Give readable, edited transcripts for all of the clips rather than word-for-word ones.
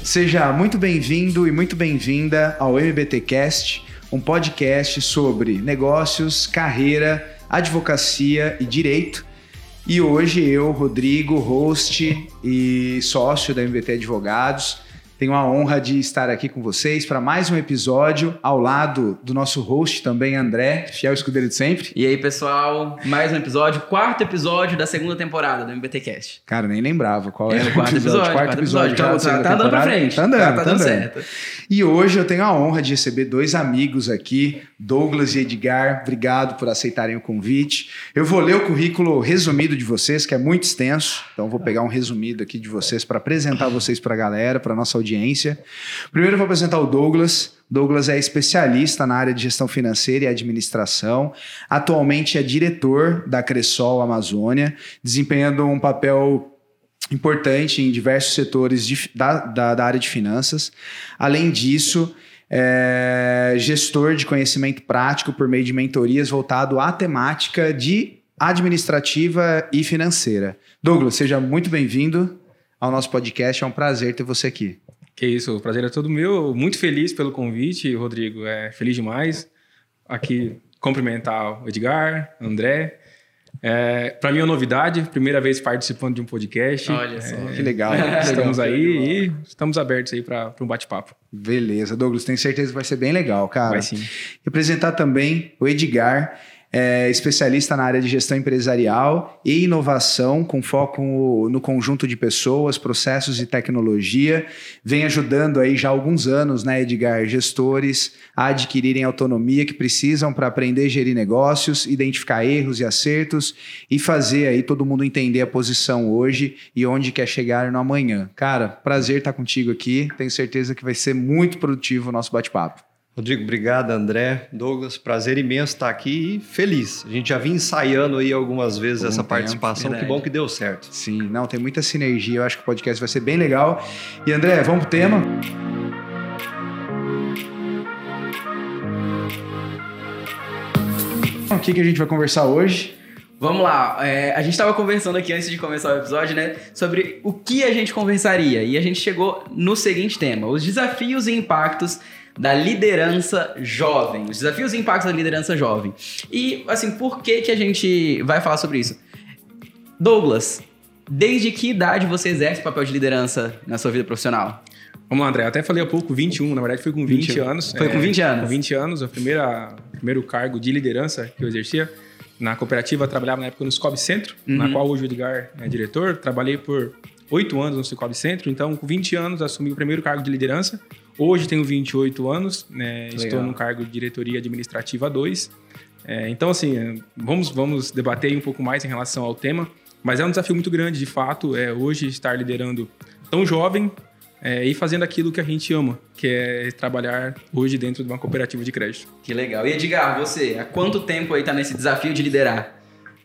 Seja muito bem-vindo e muito bem-vinda ao MBTcast, um podcast sobre negócios, carreira, advocacia e direito. E hoje eu, Rodrigo, host e sócio da MBT Advogados, tenho a honra de estar aqui com vocês para mais um episódio ao lado do nosso host também, André, fiel escudeiro de sempre. E aí, pessoal, mais um episódio, quarto episódio da segunda temporada do MBTcast. Cara, nem lembrava qual era o quarto episódio. Quarto episódio já da segunda tá andando pra frente. Tá andando certo. E hoje eu tenho a honra de receber dois amigos aqui, Douglas e Edgar. Obrigado por aceitarem o convite. Eu vou ler o currículo resumido de vocês, que é muito extenso. Então vou pegar um resumido aqui de vocês para apresentar vocês para a galera, para nossa audiência. Primeiro eu vou apresentar o Douglas. Douglas é especialista na área de gestão financeira e administração. Atualmente é diretor da Cressol Amazônia, desempenhando um papel importante em diversos setores da área de finanças. Além disso, é gestor de conhecimento prático por meio de mentorias voltado à temática de administrativa e financeira. Douglas, seja muito bem-vindo ao nosso podcast. É um prazer ter você aqui. Que isso, o prazer é todo meu. Muito feliz pelo convite, Rodrigo. Feliz demais aqui cumprimentar o Edgar, André. Para mim é uma novidade, primeira vez participando de um podcast. Olha só. Que legal. Estamos aí e estamos abertos aí para um bate-papo. Beleza, Douglas, tenho certeza que vai ser bem legal, cara. Vai sim. Representar também o Edgar, especialista na área de gestão empresarial e inovação, com foco no conjunto de pessoas, processos e tecnologia. Vem ajudando aí já há alguns anos, né, Edgar, gestores a adquirirem autonomia que precisam para aprender a gerir negócios, identificar erros e acertos e fazer aí todo mundo entender a posição hoje e onde quer chegar no amanhã. Cara, prazer estar contigo aqui. Tenho certeza que vai ser muito produtivo o nosso bate-papo. Rodrigo, obrigado, André, Douglas, prazer imenso estar aqui e feliz. A gente já vinha ensaiando aí algumas vezes essa participação, verdade. Que bom que deu certo. Sim, não, tem muita sinergia, eu acho que o podcast vai ser bem legal. E André, vamos pro tema? O que a gente vai conversar hoje? Vamos lá, a gente estava conversando aqui antes de começar o episódio, né, sobre o que a gente conversaria. E a gente chegou no seguinte tema: os desafios e impactos da liderança jovem. Os desafios e impactos da liderança jovem. E, assim, por que a gente vai falar sobre isso? Douglas, desde que idade você exerce o papel de liderança na sua vida profissional? Vamos lá, André. Até falei há pouco 21, na verdade foi com 20 anos. Foi com 20 anos? Com 20 anos, o primeiro cargo de liderança que eu exercia. Na cooperativa, eu trabalhava na época no Cicobi Centro, na qual hoje o Edgar é diretor. Trabalhei por 8 anos no Cicobi Centro, então com 20 anos assumi o primeiro cargo de liderança. Hoje tenho 28 anos, né? Estou no cargo de diretoria administrativa 2. Então, assim, vamos debater aí um pouco mais em relação ao tema, mas é um desafio muito grande, de fato, hoje estar liderando tão jovem e fazendo aquilo que a gente ama, que é trabalhar hoje dentro de uma cooperativa de crédito. Que legal. E Edgar, você, há quanto tempo aí está nesse desafio de liderar?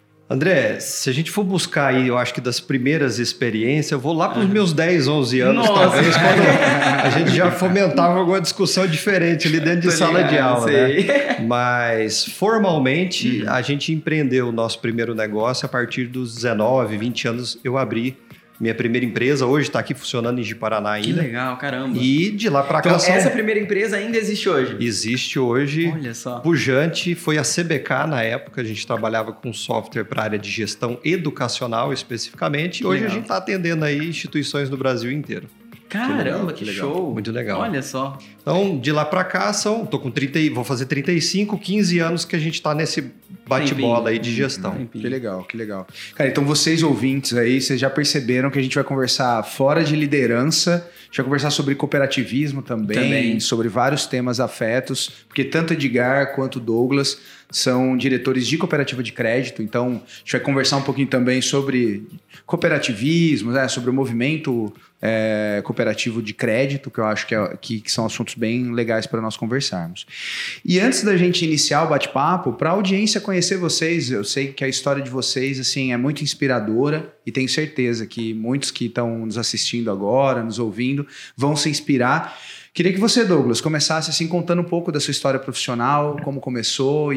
André, se a gente for buscar aí, eu acho que das primeiras experiências, eu vou lá para os meus 10, 11 anos, talvez, quando a gente já fomentava alguma discussão diferente ali dentro de sala de aula, né? Mas, formalmente, a gente empreendeu o nosso primeiro negócio a partir dos 19, 20 anos. Eu abri minha primeira empresa, hoje está aqui funcionando em Ji-Paraná ainda. Que legal, caramba. E de lá para cá... Então, essa primeira empresa ainda existe hoje? Existe hoje. Olha só. Pujante, foi a CBK na época, a gente trabalhava com software para a área de gestão educacional especificamente. E hoje a gente está atendendo aí instituições no Brasil inteiro. Caramba, que legal. show. Muito legal. Olha só. Então, de lá para cá, tô com 30, vou fazer 35, 15 anos que a gente está nesse bate-bola aí de gestão. Que legal, que legal. Cara, então vocês ouvintes aí, vocês já perceberam que a gente vai conversar fora de liderança, a gente vai conversar sobre cooperativismo também. Sobre vários temas afetos, porque tanto Edgar quanto Douglas são diretores de cooperativa de crédito, então a gente vai conversar um pouquinho também sobre cooperativismo, né, sobre o movimento cooperativo de crédito, que eu acho que são assuntos bem legais para nós conversarmos. E antes da gente iniciar o bate-papo, para a audiência conhecer vocês, eu sei que a história de vocês assim, é muito inspiradora e tenho certeza que muitos que estão nos assistindo agora, nos ouvindo, vão se inspirar. Queria que você, Douglas, começasse assim contando um pouco da sua história profissional, como começou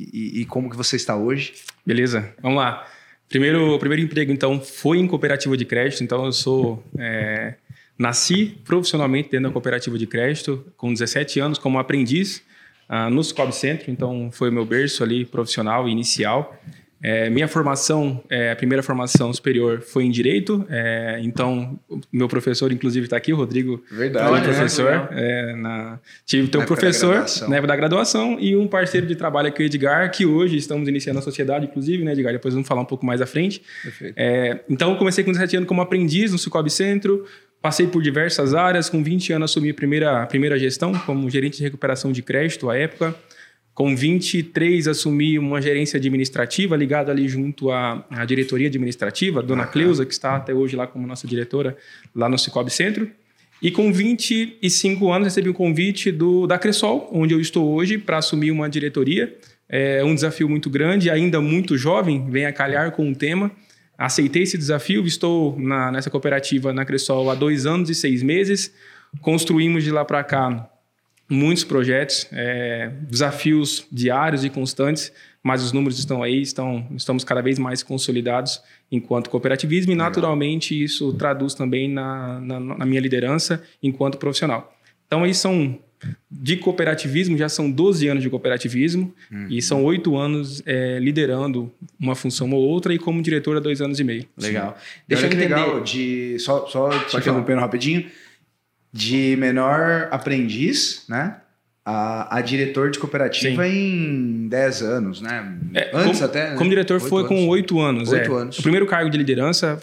e como que você está hoje. Beleza, vamos lá. O primeiro emprego, então, foi em cooperativa de crédito. Então, eu sou nasci profissionalmente dentro da cooperativa de crédito, com 17 anos, como aprendiz no Cicobi Centro. Então, foi o meu berço ali profissional inicial. Minha formação, a primeira formação superior foi em Direito. Então, meu professor, inclusive, está aqui, o Rodrigo. Verdade. Foi professor. Tive teu professor na época da graduação e um parceiro de trabalho aqui, o Edgar, que hoje estamos iniciando a sociedade, inclusive, né, Edgar? Depois vamos falar um pouco mais à frente. Perfeito. Então, eu comecei com 17 anos como aprendiz no Cicobi Centro. Passei por diversas áreas. Com 20 anos, assumi a primeira gestão como gerente de recuperação de crédito à época. Com 23, assumi uma gerência administrativa ligada ali junto à diretoria administrativa, Dona Cleusa, que está até hoje lá como nossa diretora lá no Cicobi Centro. E com 25 anos, recebi um convite da Cressol, onde eu estou hoje, para assumir uma diretoria. É um desafio muito grande, ainda muito jovem, vem a calhar com o tema. Aceitei esse desafio, estou nessa cooperativa na Cressol há 2 anos e 6 meses. Construímos de lá para cá muitos projetos, desafios diários e constantes, mas os números estão aí, estamos cada vez mais consolidados enquanto cooperativismo e, naturalmente, isso traduz também na minha liderança enquanto profissional. Então, aí de cooperativismo, já são 12 anos de cooperativismo e são 8 anos liderando uma função ou outra e como diretor há 2 anos e meio. Legal. Deixa eu entender. Legal, só te interrompendo rapidinho. De menor aprendiz, né? A diretor de cooperativa em 10 anos, né? Antes até. Como diretor foi com 8 anos. 8 anos. O primeiro cargo de liderança,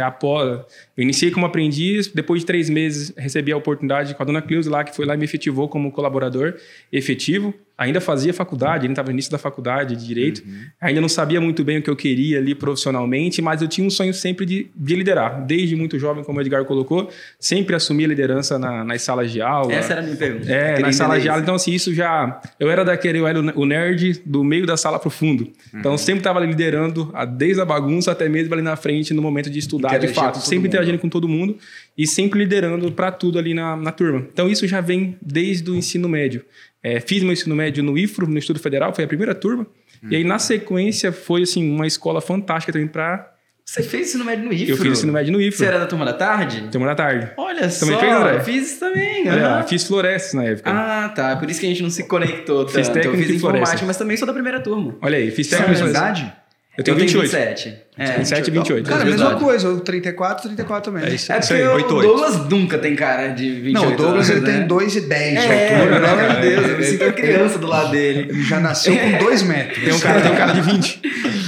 eu iniciei como aprendiz, depois de 3 meses recebi a oportunidade com a Dona Cleusa lá, que foi lá e me efetivou como colaborador efetivo. Ainda fazia faculdade, ainda estava no início da faculdade de Direito. Ainda não sabia muito bem o que eu queria ali profissionalmente, mas eu tinha um sonho sempre de liderar. Desde muito jovem, como o Edgar colocou, sempre assumi a liderança nas salas de aula. Essa era a minha pergunta. Nas salas de aula. Então, assim, isso já... Eu era o nerd do meio da sala para o fundo. Então, eu sempre estava liderando desde a bagunça até mesmo ali na frente, no momento de estudar, de fato. Sempre interagindo com todo mundo e sempre liderando para tudo ali na turma. Então, isso já vem desde o ensino médio. Fiz meu ensino médio no IFRO, no Instituto Federal, foi a primeira turma. E aí, na sequência, foi assim, uma escola fantástica também para... Você fez ensino médio no IFRO? Eu fiz ensino médio no IFRO. Você era da turma da tarde? Turma da tarde. Olha também só, fez, André? Eu fiz isso também. Fiz Florestas na época. Ah, tá. Por isso que a gente não se conectou tanto. Fiz técnico eu fiz informática, Floresta. Mas também sou da primeira turma. Olha aí, fiz Você tem a técnico. mesma idade? Eu tenho 28. 27. 27 e 28. Cara, mesma coisa. Eu 34 também. É isso. Porque aí, o 88. Douglas nunca tem cara de 28 Não, o Douglas anos, ele tem 2 e 10 de pelo altura. amor de Deus, eu me sinto uma criança do lado dele. Ele já nasceu com 2 metros. Tem um cara de 20.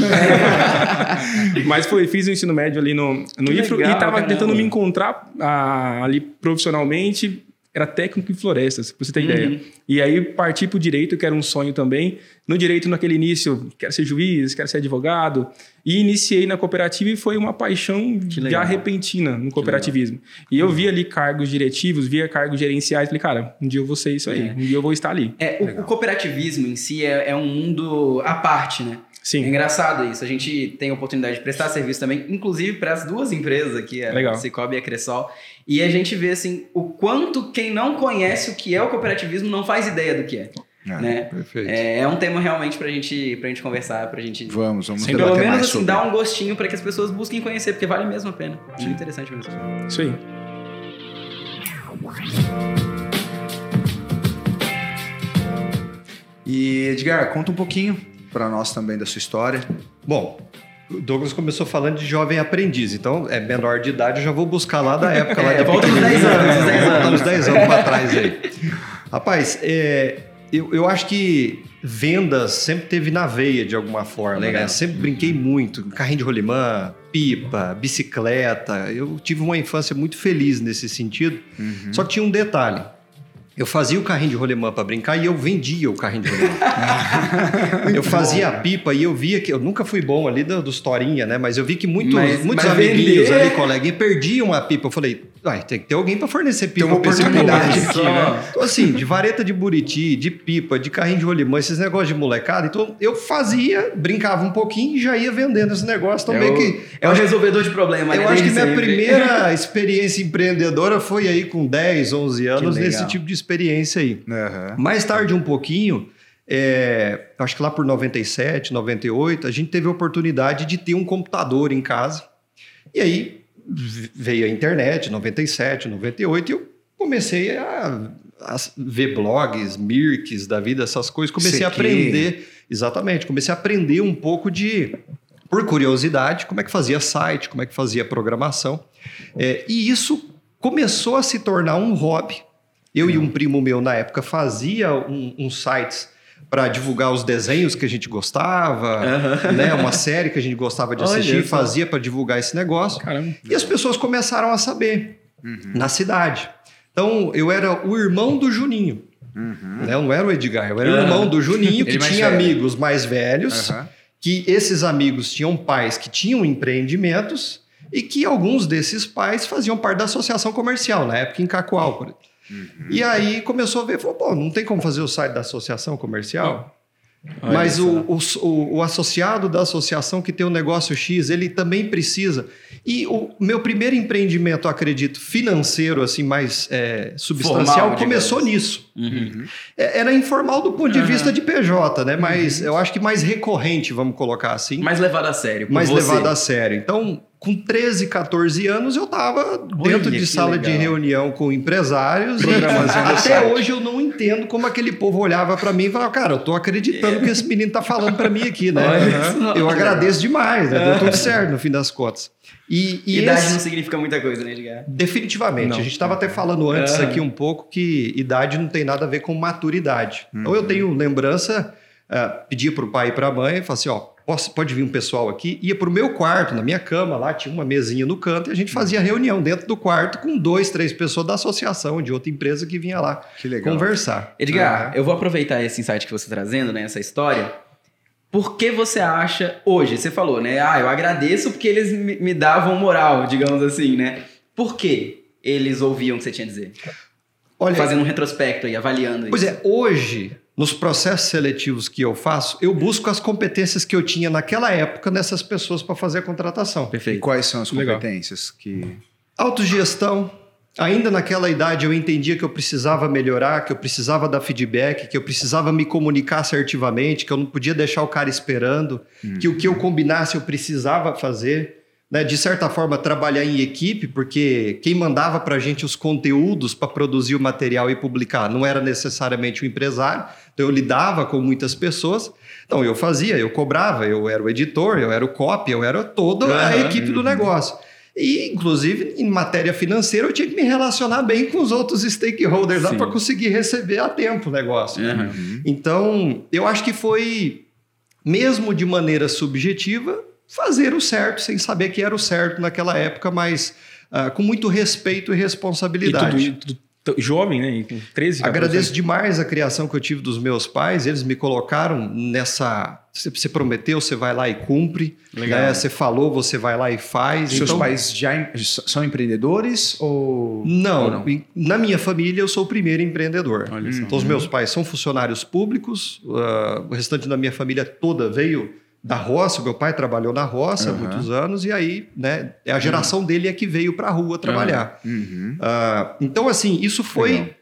Mas fiz o ensino médio ali no IFRO legal, e tava caramba. tentando me encontrar ali profissionalmente. Era técnico em florestas, pra você ter ideia. E aí parti pro direito, que era um sonho também. No direito, naquele início, quero ser juiz, quero ser advogado. E iniciei na cooperativa e foi uma paixão já repentina no cooperativismo. E eu via ali cargos diretivos, via cargos gerenciais. Falei, cara, um dia eu vou ser isso aí. Um dia eu vou estar ali. O cooperativismo em si é um mundo à parte, né? Sim. É engraçado isso. A gente tem a oportunidade de prestar serviço também, inclusive para as 2 empresas aqui, a Cicobi e a Cressol. E a gente vê assim, o quanto quem não conhece o que é o cooperativismo não faz ideia do que é. Né? Perfeito. É um tema realmente pra gente conversar, pra gente... Vamos pelo menos assim, dar um gostinho para que as pessoas busquem conhecer, porque vale mesmo a pena. Muito interessante mesmo. Isso aí. E Edgar, conta um pouquinho para nós também da sua história. Bom, o Douglas começou falando de jovem aprendiz, então é menor de idade, eu já vou buscar lá da época. Lá de volta uns 10 anos. Volta uns 10 anos para trás aí. Rapaz, eu acho que vendas sempre teve na veia de alguma forma. Né? Sempre brinquei muito, carrinho de rolimã, pipa, bicicleta. Eu tive uma infância muito feliz nesse sentido. Só que tinha um detalhe. Eu fazia o carrinho de rolemã para brincar e eu vendia o carrinho de rolemã. Eu fazia a pipa e eu via que... Eu nunca fui bom ali dos torinha, né? Mas eu vi que muitos amiguinhos ali, coleguinha, perdiam a pipa. Eu falei, tem que ter alguém para fornecer pipa. Tem uma oportunidade aqui, né? Então assim, de vareta de buriti, de pipa, de carrinho de rolemã, esses negócios de molecada. Então eu fazia, brincava um pouquinho e já ia vendendo esse negócio também. É o resolvedor de problema, né? Eu acho que minha primeira experiência empreendedora foi aí com 10, 11 anos nesse tipo de experiência aí. Mais tarde um pouquinho, acho que lá por 97, 98, a gente teve a oportunidade de ter um computador em casa. E aí veio a internet, 97, 98, e eu comecei a ver blogs, Mirks da vida, essas coisas. Comecei a aprender, exatamente, comecei a aprender um pouco por curiosidade, como é que fazia site, como é que fazia programação. E isso começou a se tornar um hobby. Eu e um primo meu, na época, fazia uns sites para divulgar os desenhos que a gente gostava, né? Uma série que a gente gostava de assistir, fazia para divulgar esse negócio. Caramba. E as pessoas começaram a saber na cidade. Então, eu era o irmão do Juninho. Né? Eu não era o Edgar, eu era o irmão do Juninho, que tinha amigos mais velhos, que esses amigos tinham pais que tinham empreendimentos e que alguns desses pais faziam parte da associação comercial, na época em Cacoal, por exemplo. E aí começou a ver, falou, pô, não tem como fazer o site da associação comercial? Mas o associado da associação que tem um negócio X, ele também precisa. E o meu primeiro empreendimento, acredito, financeiro, assim, mais substancial, formal, começou nisso. Era informal do ponto de vista de PJ, né? Mas eu acho que mais recorrente, vamos colocar assim. Mais levado a sério. Levado a sério. Então, com 13, 14 anos, eu estava dentro de sala de reunião com empresários. Até hoje eu não entendo como aquele povo olhava para mim e falava, cara, eu tô acreditando que esse menino tá falando para mim aqui, né? Eu agradeço demais, né? Deu tudo certo no fim das contas. E idade não significa muita coisa, né, Edgar? Definitivamente. Não. A gente estava até falando antes aqui um pouco que idade não tem nada a ver com maturidade. Então eu tenho lembrança, pedia para o pai e para a mãe, falava assim, ó, pode vir um pessoal aqui, ia para o meu quarto, na minha cama, lá tinha uma mesinha no canto e a gente fazia reunião dentro do quarto com 2, 3 pessoas da associação, de outra empresa que vinha lá conversar. Edgar, eu vou aproveitar esse insight que você está trazendo, né, essa história. Por que você acha, hoje, você falou, né, eu agradeço porque eles me davam moral, digamos assim, né? Por que eles ouviam o que você tinha a dizer? Olha, fazendo um retrospecto aí, avaliando pois isso. Pois hoje, nos processos seletivos que eu faço, eu busco as competências que eu tinha naquela época nessas pessoas para fazer a contratação. Perfeito. E quais são as competências que... Autogestão. Ainda naquela idade eu entendia que eu precisava melhorar, que eu precisava dar feedback, que eu precisava me comunicar assertivamente, que eu não podia deixar o cara esperando, que o que eu combinasse eu precisava fazer. Né? De certa forma, trabalhar em equipe, porque quem mandava para a gente os conteúdos para produzir o material e publicar não era necessariamente o empresário, então eu lidava com muitas pessoas. Então eu fazia, eu cobrava, eu era o editor, eu era o copy, eu era toda a equipe do negócio. E, inclusive, em matéria financeira, eu tinha que me relacionar bem com os outros stakeholders lá para conseguir receber a tempo o negócio. Então, eu acho que foi, mesmo de maneira subjetiva, fazer o certo, sem saber que era o certo naquela época, mas com muito respeito e responsabilidade. E tudo jovem, né? Com 13, 14 Agradeço demais a criação que eu tive dos meus pais. Eles me colocaram nessa... Você prometeu, você vai lá e cumpre. Legal. Né? Você falou, você vai lá e faz. Seus pais já são empreendedores ou... Não. Na minha família, eu sou o primeiro empreendedor. Então, os meus pais são funcionários públicos. O restante da minha família toda veio da roça. Meu pai trabalhou na roça há muitos anos. E aí, né, a geração dele é que veio para a rua trabalhar. Então, assim, isso foi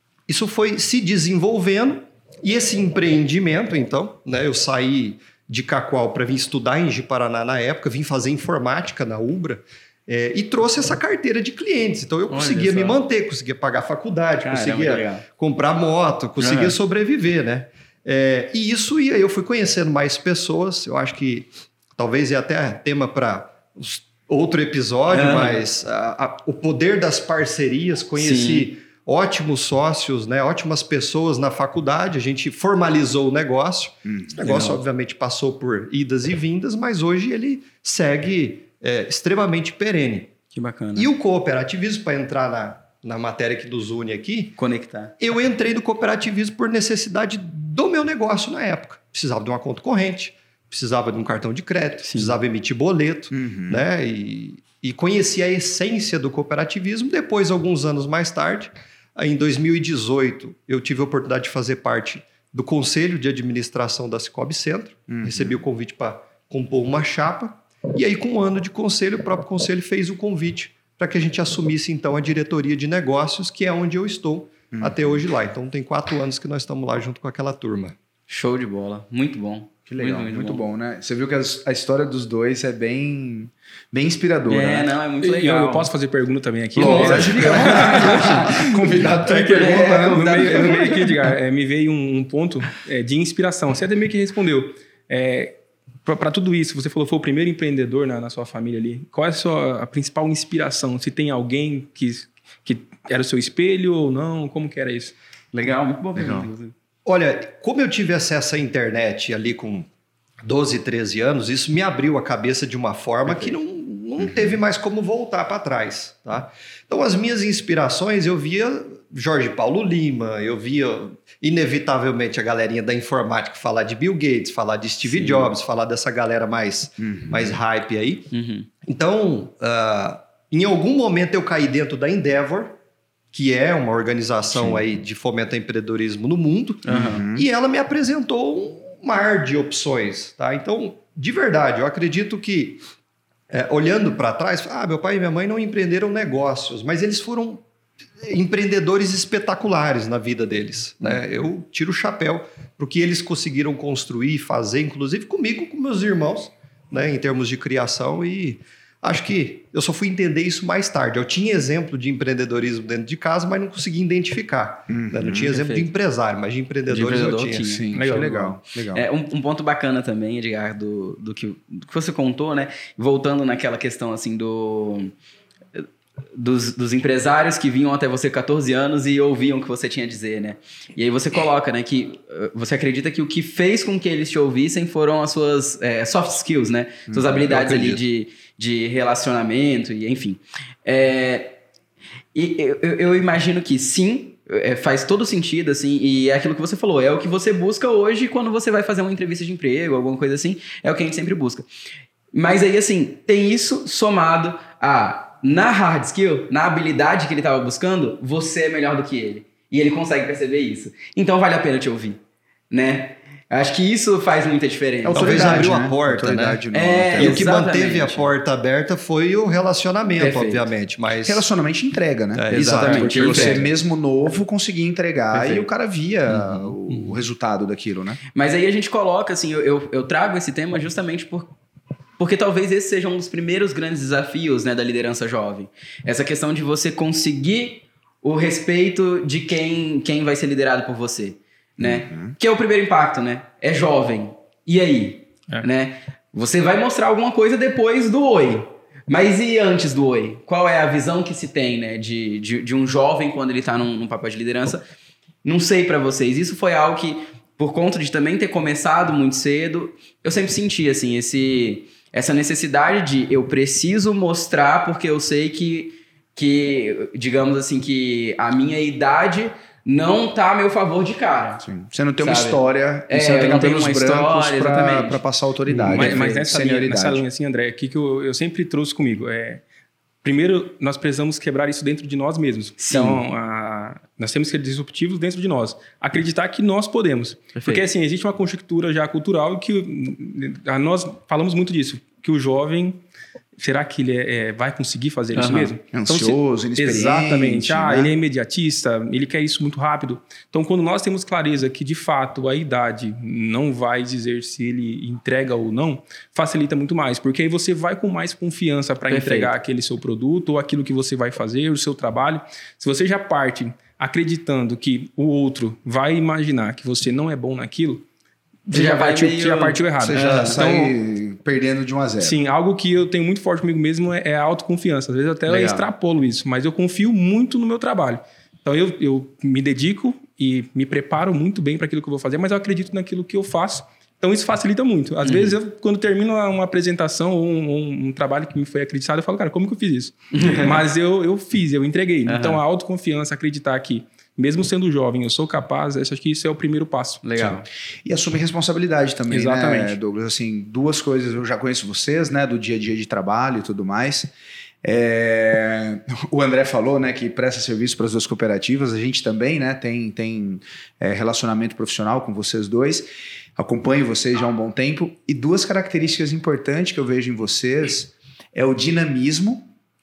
se desenvolvendo. E esse empreendimento, então, né, eu saí de Cacoal para vir estudar em Ji-Paraná na época, vim fazer informática na Ubra e trouxe essa carteira de clientes. Então eu conseguia me manter, conseguia pagar faculdade, conseguia comprar moto, conseguia sobreviver, né? E aí eu fui conhecendo mais pessoas. Eu acho que talvez é até tema para outro episódio, mas o poder das parcerias, conheci ótimos sócios, né? Ótimas pessoas na faculdade. A gente formalizou o negócio. Esse negócio, obviamente, passou por idas e vindas, mas hoje ele segue extremamente perene. Que bacana. E o cooperativismo, para entrar na matéria que nos une aqui... Conectar. Eu entrei no cooperativismo por necessidade do meu negócio na época. Precisava de uma conta corrente, precisava de um cartão de crédito, precisava emitir boleto, né? E conheci a essência do cooperativismo. Depois, alguns anos mais tarde, em 2018, eu tive a oportunidade de fazer parte do Conselho de Administração da Cicobi Centro. Recebi o convite para compor uma chapa. E aí, com um ano de conselho, o próprio conselho fez o convite para que a gente assumisse, então, a diretoria de negócios, que é onde eu estou até hoje lá. Então, tem 4 anos que nós estamos lá junto com aquela turma. Show de bola. Muito bom. Que legal, muito bom, né? Você viu que a história dos dois é bem inspiradora, né? Não, é muito legal. Eu posso fazer pergunta também aqui? Lógico. Convidado tem pergunta, né? No meio aqui, Edgar, me veio um ponto de inspiração. Você até meio que respondeu. Para tudo isso, você falou que foi o primeiro empreendedor na sua família ali. Qual é a principal inspiração? Se tem alguém que era o seu espelho ou não? Como que era isso? Legal, muito bom. Legal. Olha, como eu tive acesso à internet ali com 12, 13 anos, isso me abriu a cabeça de uma forma que não teve mais como voltar para trás, tá? Então, as minhas inspirações, eu via Jorge Paulo Lima, eu via, inevitavelmente, a galerinha da informática falar de Bill Gates, falar de Steve Jobs, falar dessa galera mais hype aí. Então, em algum momento eu caí dentro da Endeavor, que é uma organização aí de fomento ao empreendedorismo no mundo, e ela me apresentou um mar de opções, tá? Então, de verdade, eu acredito que, olhando para trás, meu pai e minha mãe não empreenderam negócios, mas eles foram empreendedores espetaculares na vida deles, né? Eu tiro o chapéu para o que eles conseguiram construir, fazer, inclusive comigo, com meus irmãos, né, em termos de criação, e acho que eu só fui entender isso mais tarde. Eu tinha exemplo de empreendedorismo dentro de casa, mas não conseguia identificar. Né? Não tinha exemplo de empresário, mas de empreendedores eu tinha. Sim, legal. Um ponto bacana também, Edgar, do que você contou, né? Voltando naquela questão assim dos empresários que vinham até você 14 anos e ouviam o que você tinha a dizer, né? E aí você coloca, né, que você acredita que o que fez com que eles te ouvissem foram as suas soft skills, né? Suas habilidades ali de relacionamento e enfim. E eu imagino que sim, faz todo sentido, assim, e é aquilo que você falou, é o que você busca hoje quando você vai fazer uma entrevista de emprego, alguma coisa assim, é o que a gente sempre busca. Mas aí, assim, tem isso somado na hard skill, na habilidade que ele estava buscando, você é melhor do que ele. E ele consegue perceber isso. Então vale a pena te ouvir, né? Acho que isso faz muita diferença. Talvez abriu a porta, né? E o que manteve a porta aberta foi o relacionamento, obviamente. Mas relacionamento entrega, né? Exatamente. Porque você mesmo novo conseguia entregar e o cara via o resultado daquilo, né? Mas aí a gente coloca, assim, eu trago esse tema justamente porque talvez esse seja um dos primeiros grandes desafios, né, da liderança jovem. Essa questão de você conseguir o respeito de quem vai ser liderado por você. Né? Que é o primeiro impacto, né? É jovem. E aí? Né? Você vai mostrar alguma coisa depois do oi. Mas e antes do oi? Qual é a visão que se tem, né, de um jovem quando ele está num papel de liderança? Não sei pra vocês. Isso foi algo que, por conta de também ter começado muito cedo, eu sempre senti, assim, essa necessidade de eu preciso mostrar porque eu sei que digamos assim, que a minha idade não tá a meu favor de cara. Sim. Você não tem uma história, você não tem cabelos brancos para passar autoridade. Mas nessa linha assim, André, o que eu sempre trouxe comigo? Primeiro, nós precisamos quebrar isso dentro de nós mesmos. Sim. Então, nós temos que ser disruptivos dentro de nós. Acreditar que nós podemos. Perfeito. Porque, assim, existe uma conjectura já cultural que nós falamos muito disso. Que o jovem... Será que ele vai conseguir fazer isso mesmo? Ansioso, inexperiente. Exatamente. Né? Ele é imediatista, ele quer isso muito rápido. Então, quando nós temos clareza que, de fato, a idade não vai dizer se ele entrega ou não, facilita muito mais. Porque aí você vai com mais confiança para entregar aquele seu produto ou aquilo que você vai fazer, o seu trabalho. Se você já parte acreditando que o outro vai imaginar que você não é bom naquilo, você já partiu errado. Você já sai perdendo de 1 a 0. Sim, algo que eu tenho muito forte comigo mesmo é a autoconfiança. Às vezes até eu extrapolo isso, mas eu confio muito no meu trabalho. Então eu me dedico e me preparo muito bem para aquilo que eu vou fazer, mas eu acredito naquilo que eu faço. Então isso facilita muito. Às vezes, quando termino uma apresentação ou um trabalho que me foi acreditado, eu falo, cara, como que eu fiz isso? Mas eu fiz, eu entreguei. Então a autoconfiança, acreditar que mesmo sendo jovem, eu sou capaz, acho que isso é o primeiro passo. Legal. E assumir responsabilidade também, exatamente, né, Douglas? Assim, 2 coisas, eu já conheço vocês, né, do dia a dia de trabalho e tudo mais. O André falou, né, que presta serviço para as 2 cooperativas, a gente também, né, tem relacionamento profissional com vocês 2, acompanho vocês já há um bom tempo, e 2 características importantes que eu vejo em vocês é o dinamismo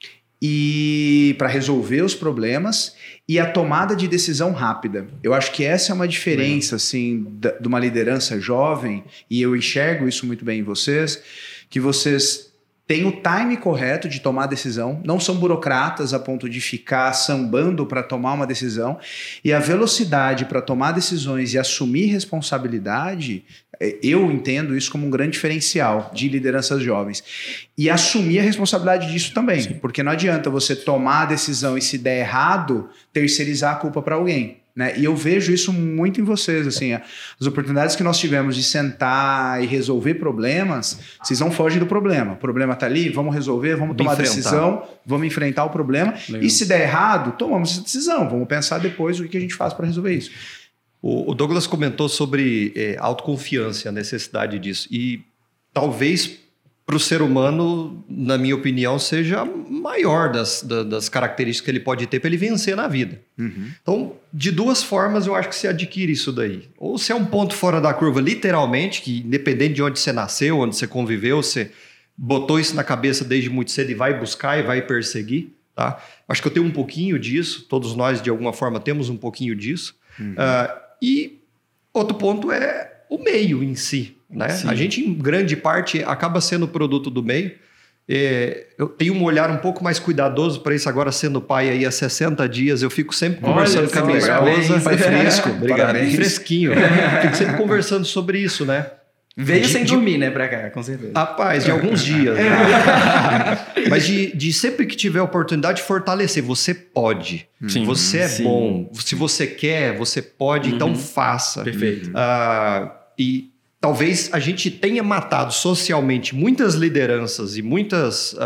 e para resolver os problemas e a tomada de decisão rápida. Eu acho que essa é uma diferença assim, de uma liderança jovem, e eu enxergo isso muito bem em vocês, que vocês têm o time correto de tomar decisão, não são burocratas a ponto de ficar sambando para tomar uma decisão, e a velocidade para tomar decisões e assumir responsabilidade, eu entendo isso como um grande diferencial de lideranças jovens. E assumir a responsabilidade disso também, Sim. porque não adianta você tomar a decisão e se der errado, terceirizar a culpa para alguém. Né? E eu vejo isso muito em vocês, assim, as oportunidades que nós tivemos de sentar e resolver problemas, vocês não fogem do problema. O problema está ali, vamos resolver, vamos tomar decisão, vamos enfrentar o problema. Legal. E se der errado, tomamos essa decisão. Vamos pensar depois o que a gente faz para resolver isso. O Douglas comentou sobre autoconfiança, a necessidade disso. E talvez para o ser humano, na minha opinião, seja a maior das características que ele pode ter para ele vencer na vida. Uhum. Então, de duas formas, eu acho que você adquire isso daí. Ou você é um ponto fora da curva, literalmente, que independente de onde você nasceu, onde você conviveu, você botou isso na cabeça desde muito cedo e vai buscar e vai perseguir. Tá? Acho que eu tenho um pouquinho disso, todos nós, de alguma forma, temos um pouquinho disso. Uhum. E outro ponto é o meio em si. Né? A gente, em grande parte, acaba sendo produto do meio. Eu tenho um olhar um pouco mais cuidadoso para isso agora, sendo pai aí há 60 dias. Eu fico sempre conversando com a minha esposa. Foi fresco. Obrigado. Fresquinho. Fico sempre conversando sobre isso, né? Veio sem dormir, né, pra cá, com certeza. Rapaz, de alguns dias. Né? Mas de sempre que tiver oportunidade, fortalecer. Você pode. Sim, você é bom. Se você quer, você pode. Então faça. Perfeito. E talvez a gente tenha matado socialmente muitas lideranças e muitas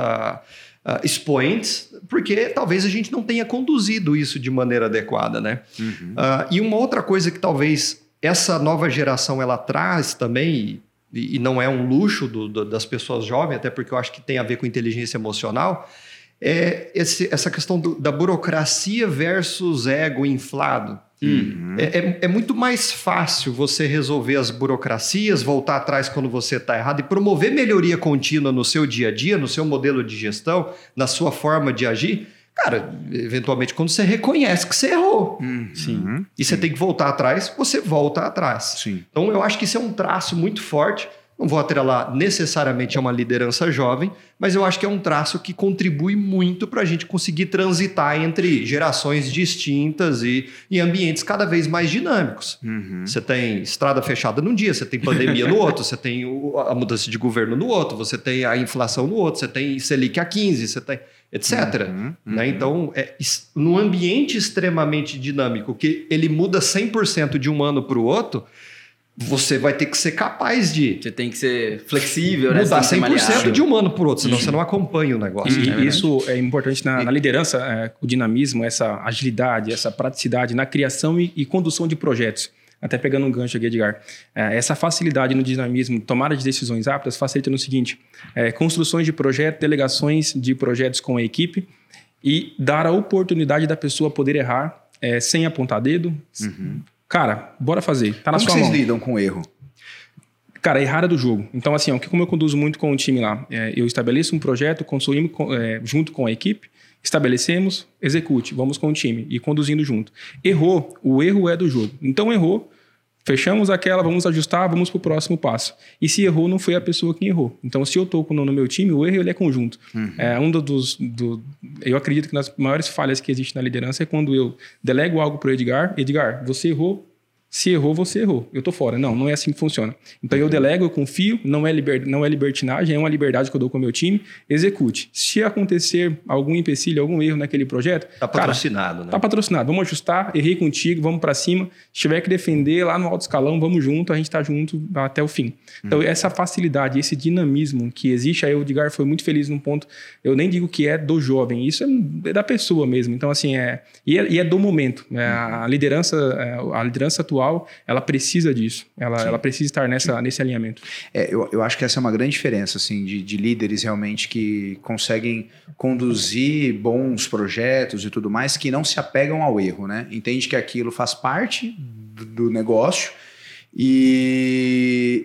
expoentes, porque talvez a gente não tenha conduzido isso de maneira adequada, né? Uhum. E uma outra coisa que talvez essa nova geração ela traz também, e não é um luxo das pessoas jovens, até porque eu acho que tem a ver com inteligência emocional, é essa questão da burocracia versus ego inflado. Uhum. É muito mais fácil você resolver as burocracias, voltar atrás quando você está errado e promover melhoria contínua no seu dia a dia, no seu modelo de gestão, na sua forma de agir. Cara, eventualmente quando você reconhece que você errou. Sim. E você tem que voltar atrás, você volta atrás. Sim. Então eu acho que isso é um traço muito forte. Não vou atrelar necessariamente a uma liderança jovem, mas eu acho que é um traço que contribui muito para a gente conseguir transitar entre gerações distintas e ambientes cada vez mais dinâmicos. Uhum. Você tem estrada fechada num dia, você tem pandemia no outro, você tem a mudança de governo no outro, você tem a inflação no outro, você tem Selic a 15, você tem etc. Né? Então, num ambiente extremamente dinâmico, que ele muda 100% de um ano para o outro, você vai ter que ser capaz de... Você tem que ser flexível, né? Mudar 100% de um ano por outro, senão você não acompanha o negócio. E isso é importante na liderança, o dinamismo, essa agilidade, essa praticidade na criação e condução de projetos. Até pegando um gancho aqui, Edgar. Essa facilidade no dinamismo, tomada de decisões rápidas, facilita no seguinte: construções de projetos, delegações de projetos com a equipe e dar a oportunidade da pessoa poder errar sem apontar dedo. Uhum. Cara, bora fazer. Tá na sua mão. Como vocês lidam com o erro? Cara, errar é do jogo. Então, assim, como eu conduzo muito com o time lá, eu estabeleço um projeto, construímos junto com a equipe, estabelecemos, execute, vamos com o time e conduzindo junto. Errou, o erro é do jogo. Então, errou, fechamos aquela, vamos ajustar, vamos para o próximo passo. E se errou, não foi a pessoa que errou. Então, se eu estou no meu time, o erro ele é conjunto. Uhum. Eu acredito que nas maiores falhas que existem na liderança é quando eu delego algo para o Edgar. Edgar, você errou. Se errou, você errou. Eu tô fora. Não é assim que funciona. Então eu delego, eu confio, não é libertinagem, é uma liberdade que eu dou com o meu time. Execute. Se acontecer algum empecilho, algum erro naquele projeto... Tá patrocinado, né? Tá patrocinado. Vamos ajustar, errei contigo, vamos para cima. Se tiver que defender lá no alto escalão, vamos junto, a gente tá junto até o fim. Então essa facilidade, esse dinamismo que existe, aí o Edgar foi muito feliz num ponto, eu nem digo que é do jovem, isso é da pessoa mesmo. Então assim, e é do momento. A liderança atual, ela precisa disso. Ela precisa estar nesse alinhamento. Eu acho que essa é uma grande diferença assim, de líderes realmente que conseguem conduzir bons projetos e tudo mais, que não se apegam ao erro, né? Entende que aquilo faz parte do negócio e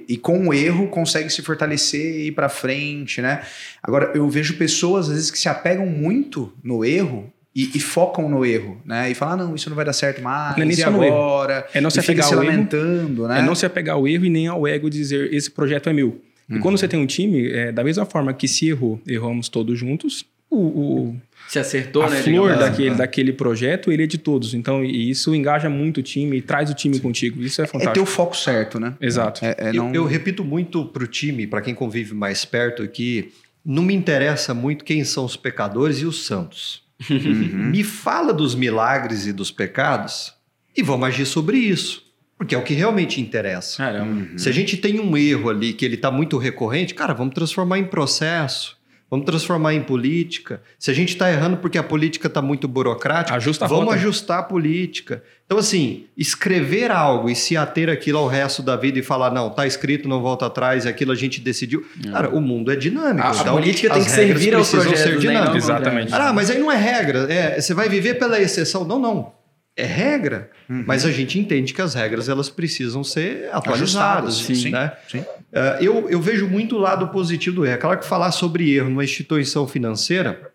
e com o erro consegue se fortalecer e ir para frente, né? Agora, eu vejo pessoas, às vezes, que se apegam muito no erro e focam no erro, né? E falam, não, isso não vai dar certo mais, não é nem e só agora? É não se apegar se ao lamentando, erro, né? É não se apegar ao erro e nem ao ego de dizer, esse projeto é meu. E quando você tem um time, da mesma forma que se erramos todos juntos, se acertou, a né? flor daquele projeto, ele é de todos. Então, e isso engaja muito o time e traz o time contigo. Isso é fantástico. É ter o foco certo, né? Exato. Eu repito muito pro time, para quem convive mais perto, que não me interessa muito quem são os pecadores e os santos. Me fala dos milagres e dos pecados e vamos agir sobre isso. Porque é o que realmente interessa. Caramba. Se a gente tem um erro ali que ele está muito recorrente, cara, vamos transformar em processo. Vamos transformar em política. Se a gente está errando porque a política está muito burocrática, vamos ajustar a política. Então, assim, escrever algo e se ater aquilo ao resto da vida e falar, não, está escrito, não volta atrás, aquilo a gente decidiu. Cara, o mundo é dinâmico. A política tem que servir aos projetos, ser dinâmicos. Né? Exatamente. Mas aí não é regra. Você vai viver pela exceção. Não. É regra, mas a gente entende que as regras elas precisam ser atualizadas. Sim. Né? Sim. Eu vejo muito o lado positivo do erro. É claro que falar sobre erro numa instituição financeira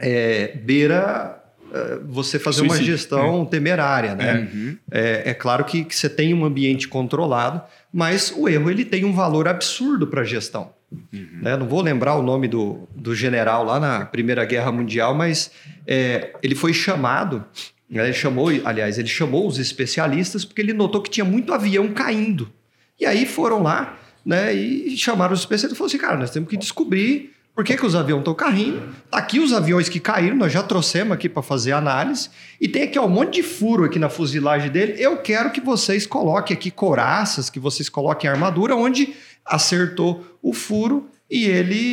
beira você fazer uma gestão temerária. Né? É claro que você tem um ambiente controlado, mas o erro ele tem um valor absurdo para a gestão. Não vou lembrar o nome do general lá na Primeira Guerra Mundial, mas ele foi chamado... Ele chamou os especialistas porque ele notou que tinha muito avião caindo. E aí foram lá, né, e chamaram os especialistas e falaram assim, cara, nós temos que descobrir por que os aviões estão caindo. Tá aqui os aviões que caíram, nós já trouxemos aqui para fazer análise. E tem aqui um monte de furo aqui na fuselagem dele. Eu quero que vocês coloquem aqui couraças, que vocês coloquem armadura, onde acertou o furo e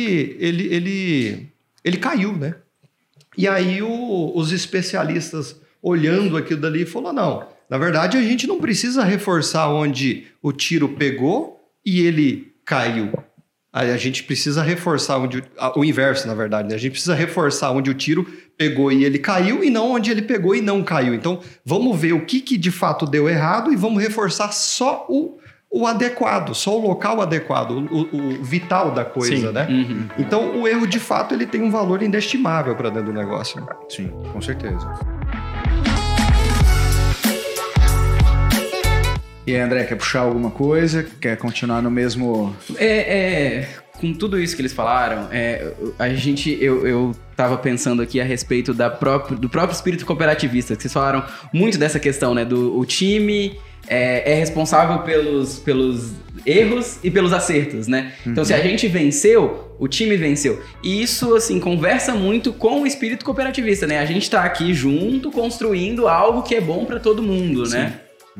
ele caiu, né? E aí os especialistas... olhando aquilo dali, falou, não, na verdade a gente não precisa reforçar onde o tiro pegou e ele caiu. A gente precisa reforçar o inverso, na verdade, né? A gente precisa reforçar onde o tiro pegou e ele caiu e não onde ele pegou e não caiu. Então, vamos ver o que de fato deu errado e vamos reforçar só o adequado, só o local adequado, o vital da coisa, né? Então, o erro, de fato, ele tem um valor inestimável para dentro do negócio. Sim, com certeza. E aí, André, quer puxar alguma coisa? Quer continuar no mesmo... Com tudo isso que eles falaram, eu tava pensando aqui a respeito do próprio espírito cooperativista, que vocês falaram muito dessa questão, né? O time é responsável pelos erros e pelos acertos, né? Então, se a gente venceu, o time venceu. E isso, assim, conversa muito com o espírito cooperativista, né? A gente tá aqui junto, construindo algo que é bom para todo mundo, né?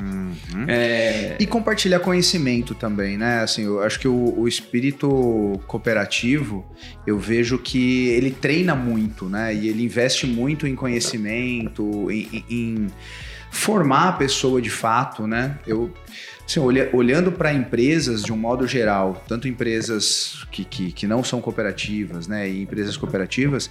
E compartilhar conhecimento também, né? Assim, eu acho que o espírito cooperativo, eu vejo que ele treina muito, né? E ele investe muito em conhecimento, em formar a pessoa de fato, né? Assim, olhando para empresas de um modo geral, tanto empresas que não são cooperativas, né? E empresas cooperativas,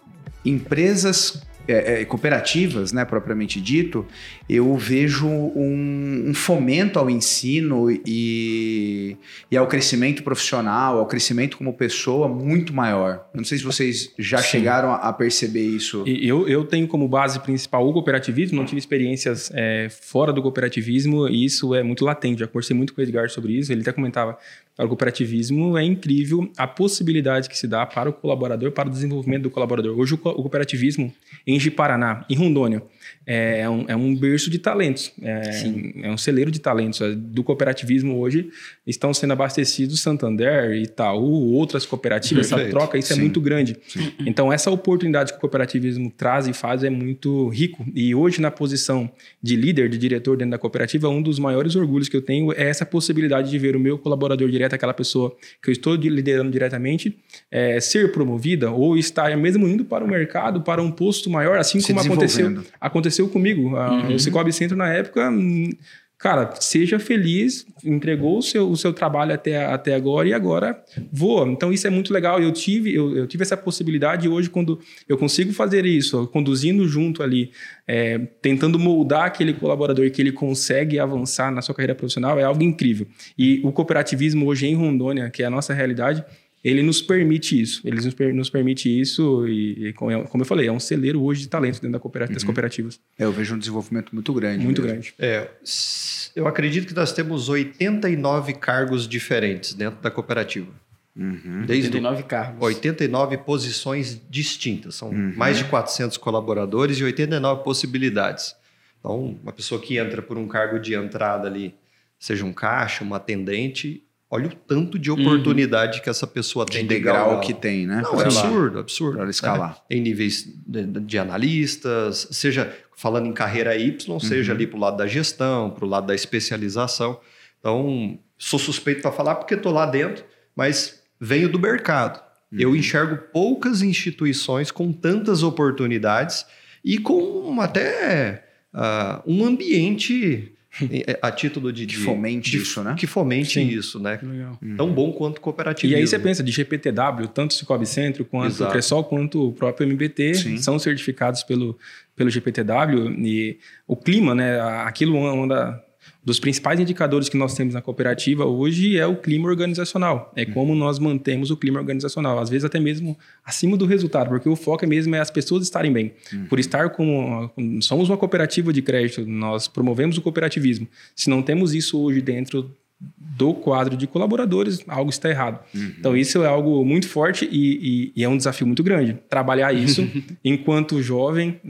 cooperativas, né, propriamente dito, eu vejo um fomento ao ensino e ao crescimento profissional, ao crescimento como pessoa muito maior. Não sei se vocês já chegaram a perceber isso. Eu tenho como base principal o cooperativismo, não tive experiências fora do cooperativismo e isso é muito latente. Já conversei muito com o Edgar sobre isso, ele até comentava, para o cooperativismo é incrível a possibilidade que se dá para o colaborador, para o desenvolvimento do colaborador. Hoje o cooperativismo em Ji-Paraná, em Rondônia, é um berço de talentos, é um celeiro de talentos. Do cooperativismo hoje estão sendo abastecidos Santander, Itaú, outras cooperativas. Perfeito. Essa troca, isso é muito grande. Sim. Então essa oportunidade que o cooperativismo traz e faz é muito rico. E hoje na posição de líder, de diretor dentro da cooperativa, um dos maiores orgulhos que eu tenho é essa possibilidade de ver o meu colaborador direto, aquela pessoa que eu estou liderando diretamente, ser promovida ou estar mesmo indo para o mercado, para um posto maior, assim como aconteceu comigo. O Cicobi Centro, na época, cara, seja feliz, entregou o seu trabalho até agora e agora voa. Então isso é muito legal. Eu tive essa possibilidade e hoje quando eu consigo fazer isso, conduzindo junto ali, tentando moldar aquele colaborador que ele consegue avançar na sua carreira profissional, é algo incrível. E o cooperativismo hoje em Rondônia, que é a nossa realidade, ele nos permite isso. Ele nos permite isso e como eu falei, é um celeiro hoje de talento dentro das cooperativas. Eu vejo um desenvolvimento muito grande. Muito grande. Eu acredito que nós temos 89 cargos diferentes dentro da cooperativa. 89 cargos. 89 posições distintas. São mais de 400 colaboradores e 89 possibilidades. Então, uma pessoa que entra por um cargo de entrada ali, seja um caixa, um atendente... Olha o tanto de oportunidade que essa pessoa tem. De degrau que tem, né? Não, é absurdo. Para escalar. Né? Em níveis de analistas, seja falando em carreira Y, seja ali para o lado da gestão, para o lado da especialização. Então, sou suspeito para falar porque estou lá dentro, mas venho do mercado. Eu enxergo poucas instituições com tantas oportunidades e com até um ambiente... a título de... Que fomente isso, né? Que fomente isso, né? Legal. Tão bom quanto cooperativismo. E aí você pensa, de GPTW, tanto o Cicobi Centro, quanto o Cressol, quanto o próprio MBT, são certificados pelo GPTW. E o clima, né? Aquilo dos principais indicadores que nós temos na cooperativa hoje é o clima organizacional. É como nós mantemos o clima organizacional. Às vezes até mesmo acima do resultado, porque o foco mesmo é as pessoas estarem bem. Por estar somos uma cooperativa de crédito, nós promovemos o cooperativismo. Se não temos isso hoje dentro do quadro de colaboradores, algo está errado. Então isso é algo muito forte e é um desafio muito grande. Trabalhar isso enquanto jovem,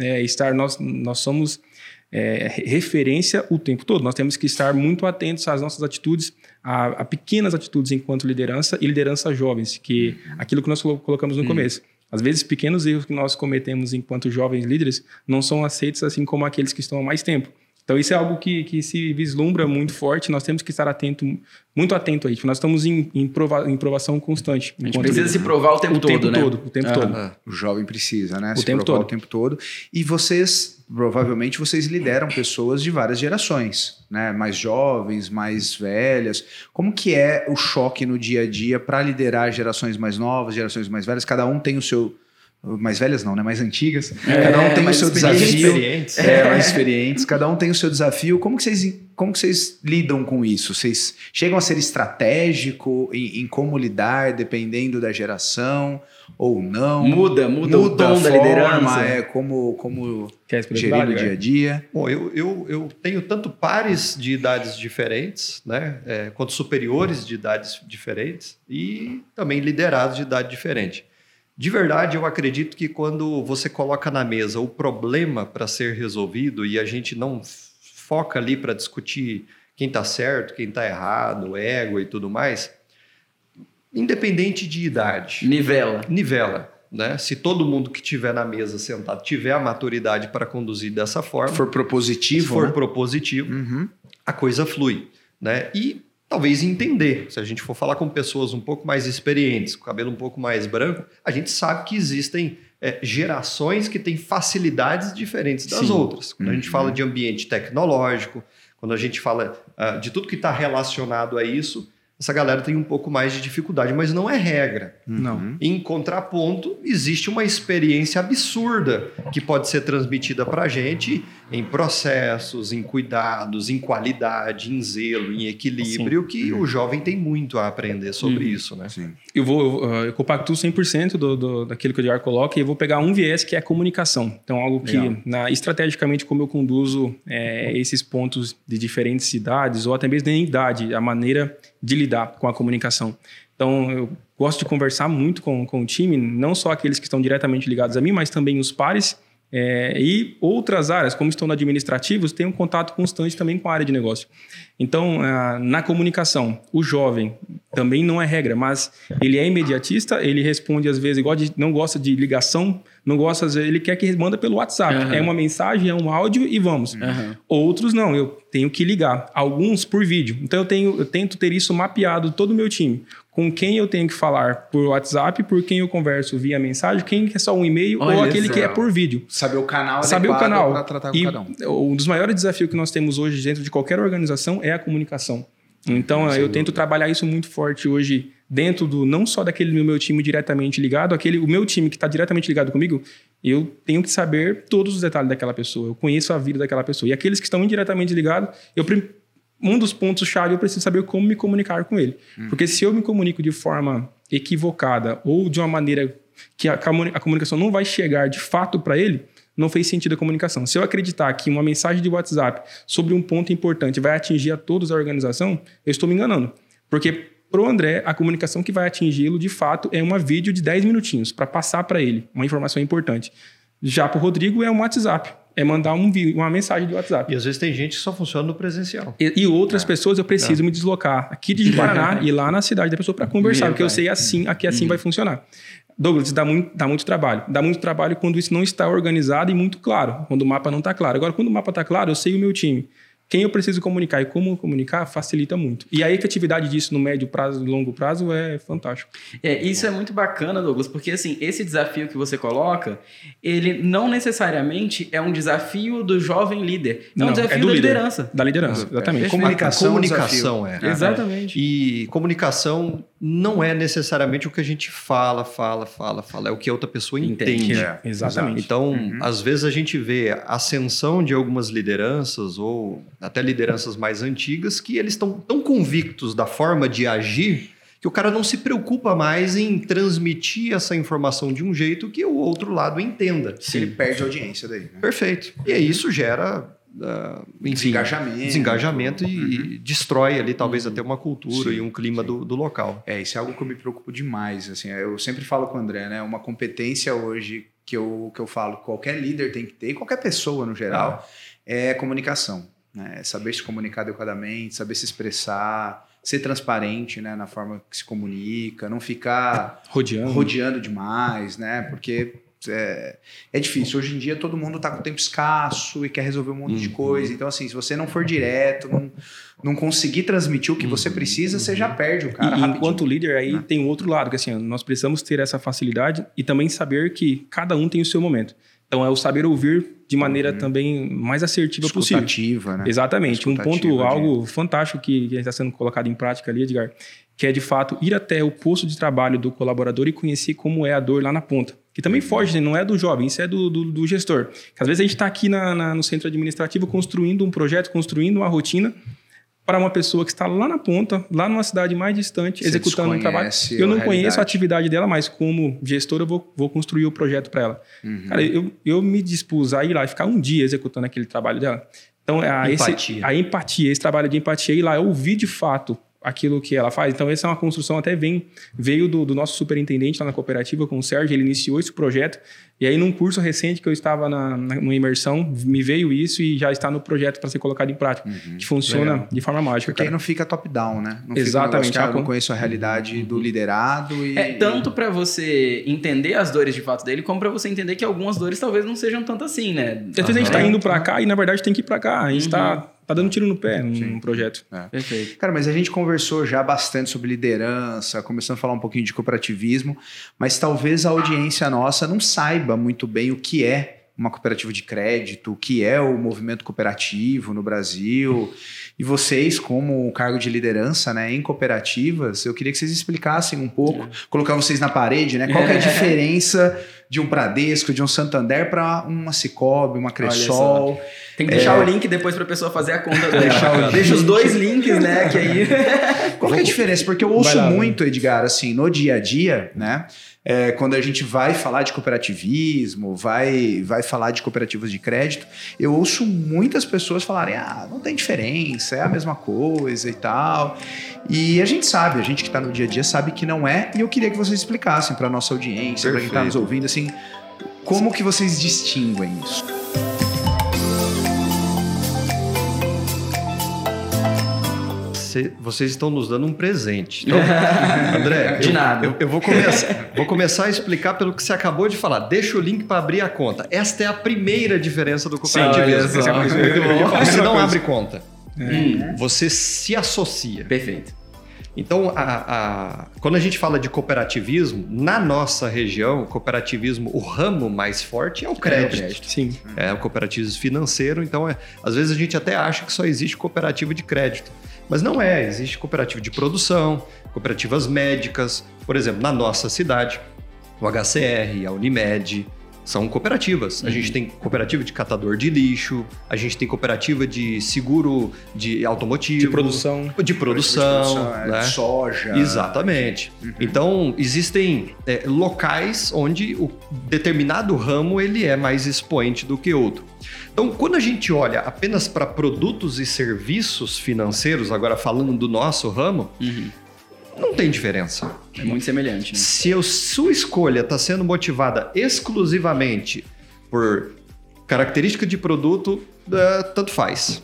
nós somos... referência o tempo todo. Nós temos que estar muito atentos às nossas atitudes, a pequenas atitudes enquanto liderança e liderança jovens, que aquilo que nós colocamos no começo. Às vezes, pequenos erros que nós cometemos enquanto jovens líderes não são aceitos assim como aqueles que estão há mais tempo. Então, isso é algo que se vislumbra muito forte. Nós temos que estar muito atento a isso. Nós estamos em provação constante. A gente precisa se provar o tempo todo, né? O tempo todo. O jovem precisa, né? O tempo todo. O tempo todo. E provavelmente, vocês lideram pessoas de várias gerações, né? Mais jovens, mais velhas. Como que é o choque no dia a dia para liderar gerações mais novas, gerações mais velhas? Cada um tem o seu... Mais velhas não, né? Mais antigas. Cada um tem o seu desafio. Mais experientes. Cada um tem o seu desafio. Como que vocês lidam com isso? Vocês chegam a ser estratégico em como lidar, dependendo da geração ou não? Muda o tom da liderança. Como gerir no dia a dia. Bom, eu tenho tanto pares de idades diferentes, né? Quanto superiores de idades diferentes e também liderados de idade diferente. De verdade, eu acredito que quando você coloca na mesa o problema para ser resolvido e a gente não foca ali para discutir quem está certo, quem está errado, ego e tudo mais, independente de idade. Nivela. Né? Se todo mundo que estiver na mesa sentado tiver a maturidade para conduzir dessa forma... For propositivo, a coisa flui. Né? E... talvez entender. Se a gente for falar com pessoas um pouco mais experientes, com o cabelo um pouco mais branco, a gente sabe que existem gerações que têm facilidades diferentes das outras. Quando a gente fala de ambiente tecnológico, quando a gente fala de tudo que está relacionado a isso, essa galera tem um pouco mais de dificuldade, mas não é regra. Não. Em contraponto, existe uma experiência absurda que pode ser transmitida para a gente em processos, em cuidados, em qualidade, em zelo, em equilíbrio, que o jovem tem muito a aprender sobre isso, né? Sim. Eu compactuo 100% daquilo que o Edgar coloca e eu vou pegar um viés que é a comunicação. Então, algo que, estrategicamente, como eu conduzo esses pontos de diferentes idades ou até mesmo em idade, a maneira de lidar com a comunicação. Então, eu gosto de conversar muito com o time, não só aqueles que estão diretamente ligados a mim, mas também os pares e outras áreas, como estão no administrativos, tem um contato constante também com a área de negócio. Então, na comunicação, o jovem também não é regra, mas ele é imediatista, ele responde às vezes, não gosta de ligação, não gosta, às vezes, ele quer que manda pelo WhatsApp. É uma mensagem, é um áudio e vamos. Outros não, eu tenho que ligar. Alguns por vídeo. Então eu tento ter isso mapeado, todo o meu time. Com quem eu tenho que falar por WhatsApp, por quem eu converso via mensagem, quem quer só um e-mail ou aquele que é por vídeo. Saber o canal adequado para tratar com cada um. Um dos maiores desafios que nós temos hoje dentro de qualquer organização é a comunicação. Então, eu tento trabalhar isso muito forte hoje dentro não só daquele meu time diretamente ligado, o meu time que está diretamente ligado comigo, eu tenho que saber todos os detalhes daquela pessoa. Eu conheço a vida daquela pessoa. E aqueles que estão indiretamente ligados, um dos pontos-chave, eu preciso saber como me comunicar com ele. Porque se eu me comunico de forma equivocada ou de uma maneira que a comunicação não vai chegar de fato para ele, não fez sentido a comunicação. Se eu acreditar que uma mensagem de WhatsApp sobre um ponto importante vai atingir a todos da organização, eu estou me enganando. Porque para o André, a comunicação que vai atingi-lo, de fato, é uma vídeo de 10 minutinhos para passar para ele uma informação importante. Já para o Rodrigo, é um WhatsApp. É mandar uma mensagem de WhatsApp. E às vezes tem gente que só funciona no presencial. E outras pessoas eu preciso me deslocar aqui de Paraná e ir lá na cidade da pessoa para conversar, porque eu sei assim vai funcionar. Douglas, dá muito trabalho. Dá muito trabalho quando isso não está organizado e muito claro. Quando o mapa não está claro. Agora, quando o mapa está claro, eu sei o meu time. Quem eu preciso comunicar e como comunicar facilita muito. E a efetividade disso no médio prazo e longo prazo é fantástico. Isso é muito bacana, Douglas, porque assim, esse desafio que você coloca, ele não necessariamente é um desafio do jovem líder. É um desafio da liderança. Da liderança, exatamente. Comunicação é. Exatamente. E comunicação não é necessariamente o que a gente fala. É o que a outra pessoa entende. Exatamente. Então, às vezes a gente vê a ascensão de algumas lideranças ou até lideranças mais antigas que eles estão tão convictos da forma de agir que o cara não se preocupa mais em transmitir essa informação de um jeito que o outro lado entenda. Ele perde a audiência daí. Né? Perfeito. E aí isso gera desengajamento e destrói ali talvez até uma cultura e um clima do local. Isso é algo que eu me preocupo demais. Assim, eu sempre falo com o André, né? Uma competência hoje que eu falo que qualquer líder tem que ter, qualquer pessoa no geral, é comunicação. Né? Saber se comunicar adequadamente, saber se expressar, ser transparente, né, na forma que se comunica, não ficar rodeando demais, né? Porque é difícil. Hoje em dia todo mundo está com tempo escasso e quer resolver um monte de coisa. Então, assim, se você não for direto, não conseguir transmitir o que você precisa, você já perde o cara rapidinho. Enquanto líder, aí tem um outro lado, que assim, nós precisamos ter essa facilidade e também saber que cada um tem o seu momento. Então, é o saber ouvir de maneira também mais assertiva possível. Escutativa, né? Exatamente. Algo fantástico que está sendo colocado em prática ali, Edgar, que é, de fato, ir até o posto de trabalho do colaborador e conhecer como é a dor lá na ponta. Que também foge, não é do jovem, isso é do gestor. Que às vezes a gente está aqui no centro administrativo construindo um projeto, construindo uma rotina para uma pessoa que está lá na ponta, lá numa cidade mais distante, executando um trabalho. Eu não conheço a atividade dela, mas como gestor eu vou construir o projeto para ela. Cara, eu me dispus a ir lá e ficar um dia executando aquele trabalho dela. Então, a empatia, esse trabalho de empatia, ir lá, eu ouvir de fato aquilo que ela faz. Então, essa é uma construção até veio do nosso superintendente lá na cooperativa com o Sérgio, ele iniciou esse projeto, e aí num curso recente que eu estava numa imersão, me veio isso e já está no projeto para ser colocado em prática, que funciona de forma mágica. Porque aí não fica top-down, né? Não exatamente. Fica eu não conheço a realidade do liderado. Tanto para você entender as dores de fato dele, como para você entender que algumas dores talvez não sejam tanto assim, né? Às vezes a gente está indo para cá e na verdade tem que ir para cá, a gente está dando tiro no pé num projeto. Perfeito. Cara, mas a gente conversou já bastante sobre liderança, começando a falar um pouquinho de cooperativismo, mas talvez a audiência nossa não saiba muito bem o que é uma cooperativa de crédito, o que é o movimento cooperativo no Brasil. E vocês, como cargo de liderança, né, em cooperativas, eu queria que vocês explicassem um pouco, colocar vocês na parede, né? Qual que é a diferença de um Bradesco, de um Santander para uma Cicobi, uma Cressol? Tem que deixar o link depois para a pessoa fazer a conta dela. Deixa os dois links, né? Que aí... Qual que é a diferença? Porque eu ouço muito, Edgar, assim, no dia a dia, né? Quando a gente vai falar de cooperativismo, vai falar de cooperativas de crédito, eu ouço muitas pessoas falarem, não tem diferença, é a mesma coisa e tal. E a gente sabe, a gente que está no dia a dia sabe que não é, e eu queria que vocês explicassem para a nossa audiência, para quem está nos ouvindo, assim, como que vocês distinguem isso? vocês estão nos dando um presente. Então, André, de nada. Eu vou começar a explicar pelo que você acabou de falar. Deixa o link para abrir a conta. Esta é a primeira diferença do cooperativismo. Você não abre conta. Você se associa. Perfeito. Então, quando a gente fala de cooperativismo, na nossa região, o cooperativismo, o ramo mais forte é o crédito. Sim. É o cooperativismo financeiro. Então, às vezes a gente até acha que só existe cooperativa de crédito. Mas não é. Existe cooperativa de produção, cooperativas médicas. Por exemplo, na nossa cidade, o HCR, a Unimed, são cooperativas. A gente tem cooperativa de catador de lixo, a gente tem cooperativa de seguro de automotivo. De produção, né? Soja. Exatamente. Então, existem locais onde o determinado ramo ele é mais expoente do que outro. Então, quando a gente olha apenas para produtos e serviços financeiros, agora falando do nosso ramo, não tem diferença. É muito semelhante, né? Se a sua escolha está sendo motivada exclusivamente por característica de produto, tanto faz.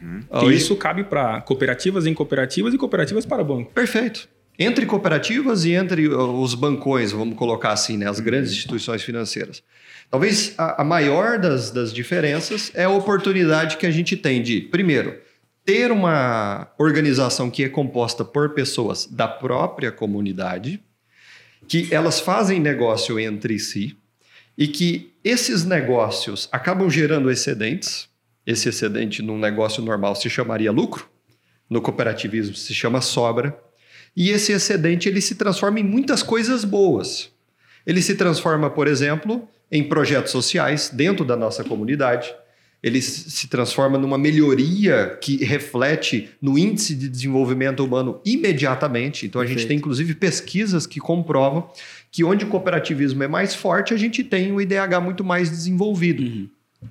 E isso cabe para cooperativas em cooperativas e cooperativas para banco. Perfeito. Entre cooperativas e entre os bancões, vamos colocar assim, né, as grandes instituições financeiras. Talvez a maior das diferenças é a oportunidade que a gente tem de, primeiro, ter uma organização que é composta por pessoas da própria comunidade, que elas fazem negócio entre si e que esses negócios acabam gerando excedentes. Esse excedente num negócio normal se chamaria lucro, no cooperativismo se chama sobra, e esse excedente ele se transforma em muitas coisas boas. Ele se transforma, por exemplo, em projetos sociais dentro da nossa comunidade. Ele se transforma numa melhoria que reflete no índice de desenvolvimento humano imediatamente. Então, a gente tem, inclusive, pesquisas que comprovam que onde o cooperativismo é mais forte, a gente tem o IDH muito mais desenvolvido.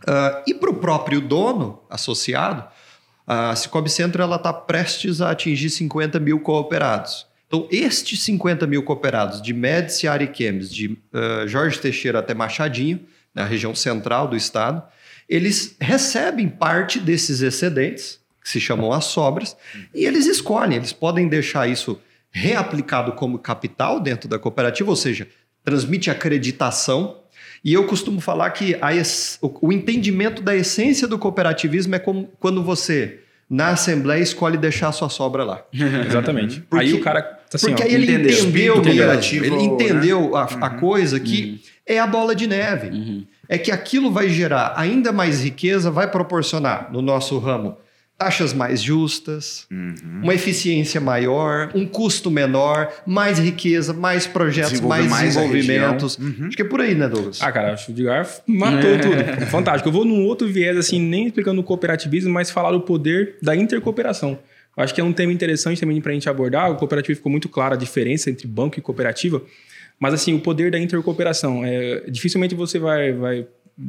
E para o próprio dono associado, a Cicobi Centro está prestes a atingir 50 mil cooperados. Então, estes 50 mil cooperados de Médici e Ariquemes, de Jorge Teixeira até Machadinho, na região central do estado, eles recebem parte desses excedentes, que se chamam as sobras, e eles escolhem, eles podem deixar isso reaplicado como capital dentro da cooperativa, ou seja, transmite acreditação. E eu costumo falar que o entendimento da essência do cooperativismo é como quando você, na assembleia, escolhe deixar a sua sobra lá. Exatamente. Aí o cara... Assim, porque aí ele entendeu a coisa que é a bola de neve. É que aquilo vai gerar ainda mais riqueza, vai proporcionar, no nosso ramo, taxas mais justas, uma eficiência maior, um custo menor, mais riqueza, mais projetos, mais desenvolvimentos. Acho que é por aí, né, Douglas? Cara, o Edgar matou tudo. Fantástico. Eu vou num outro viés, assim, nem explicando o cooperativismo, mas falar do poder da intercooperação. Eu acho que é um tema interessante também para a gente abordar. O cooperativo ficou muito claro a diferença entre banco e cooperativa. Mas, assim, o poder da intercooperação. Dificilmente você vai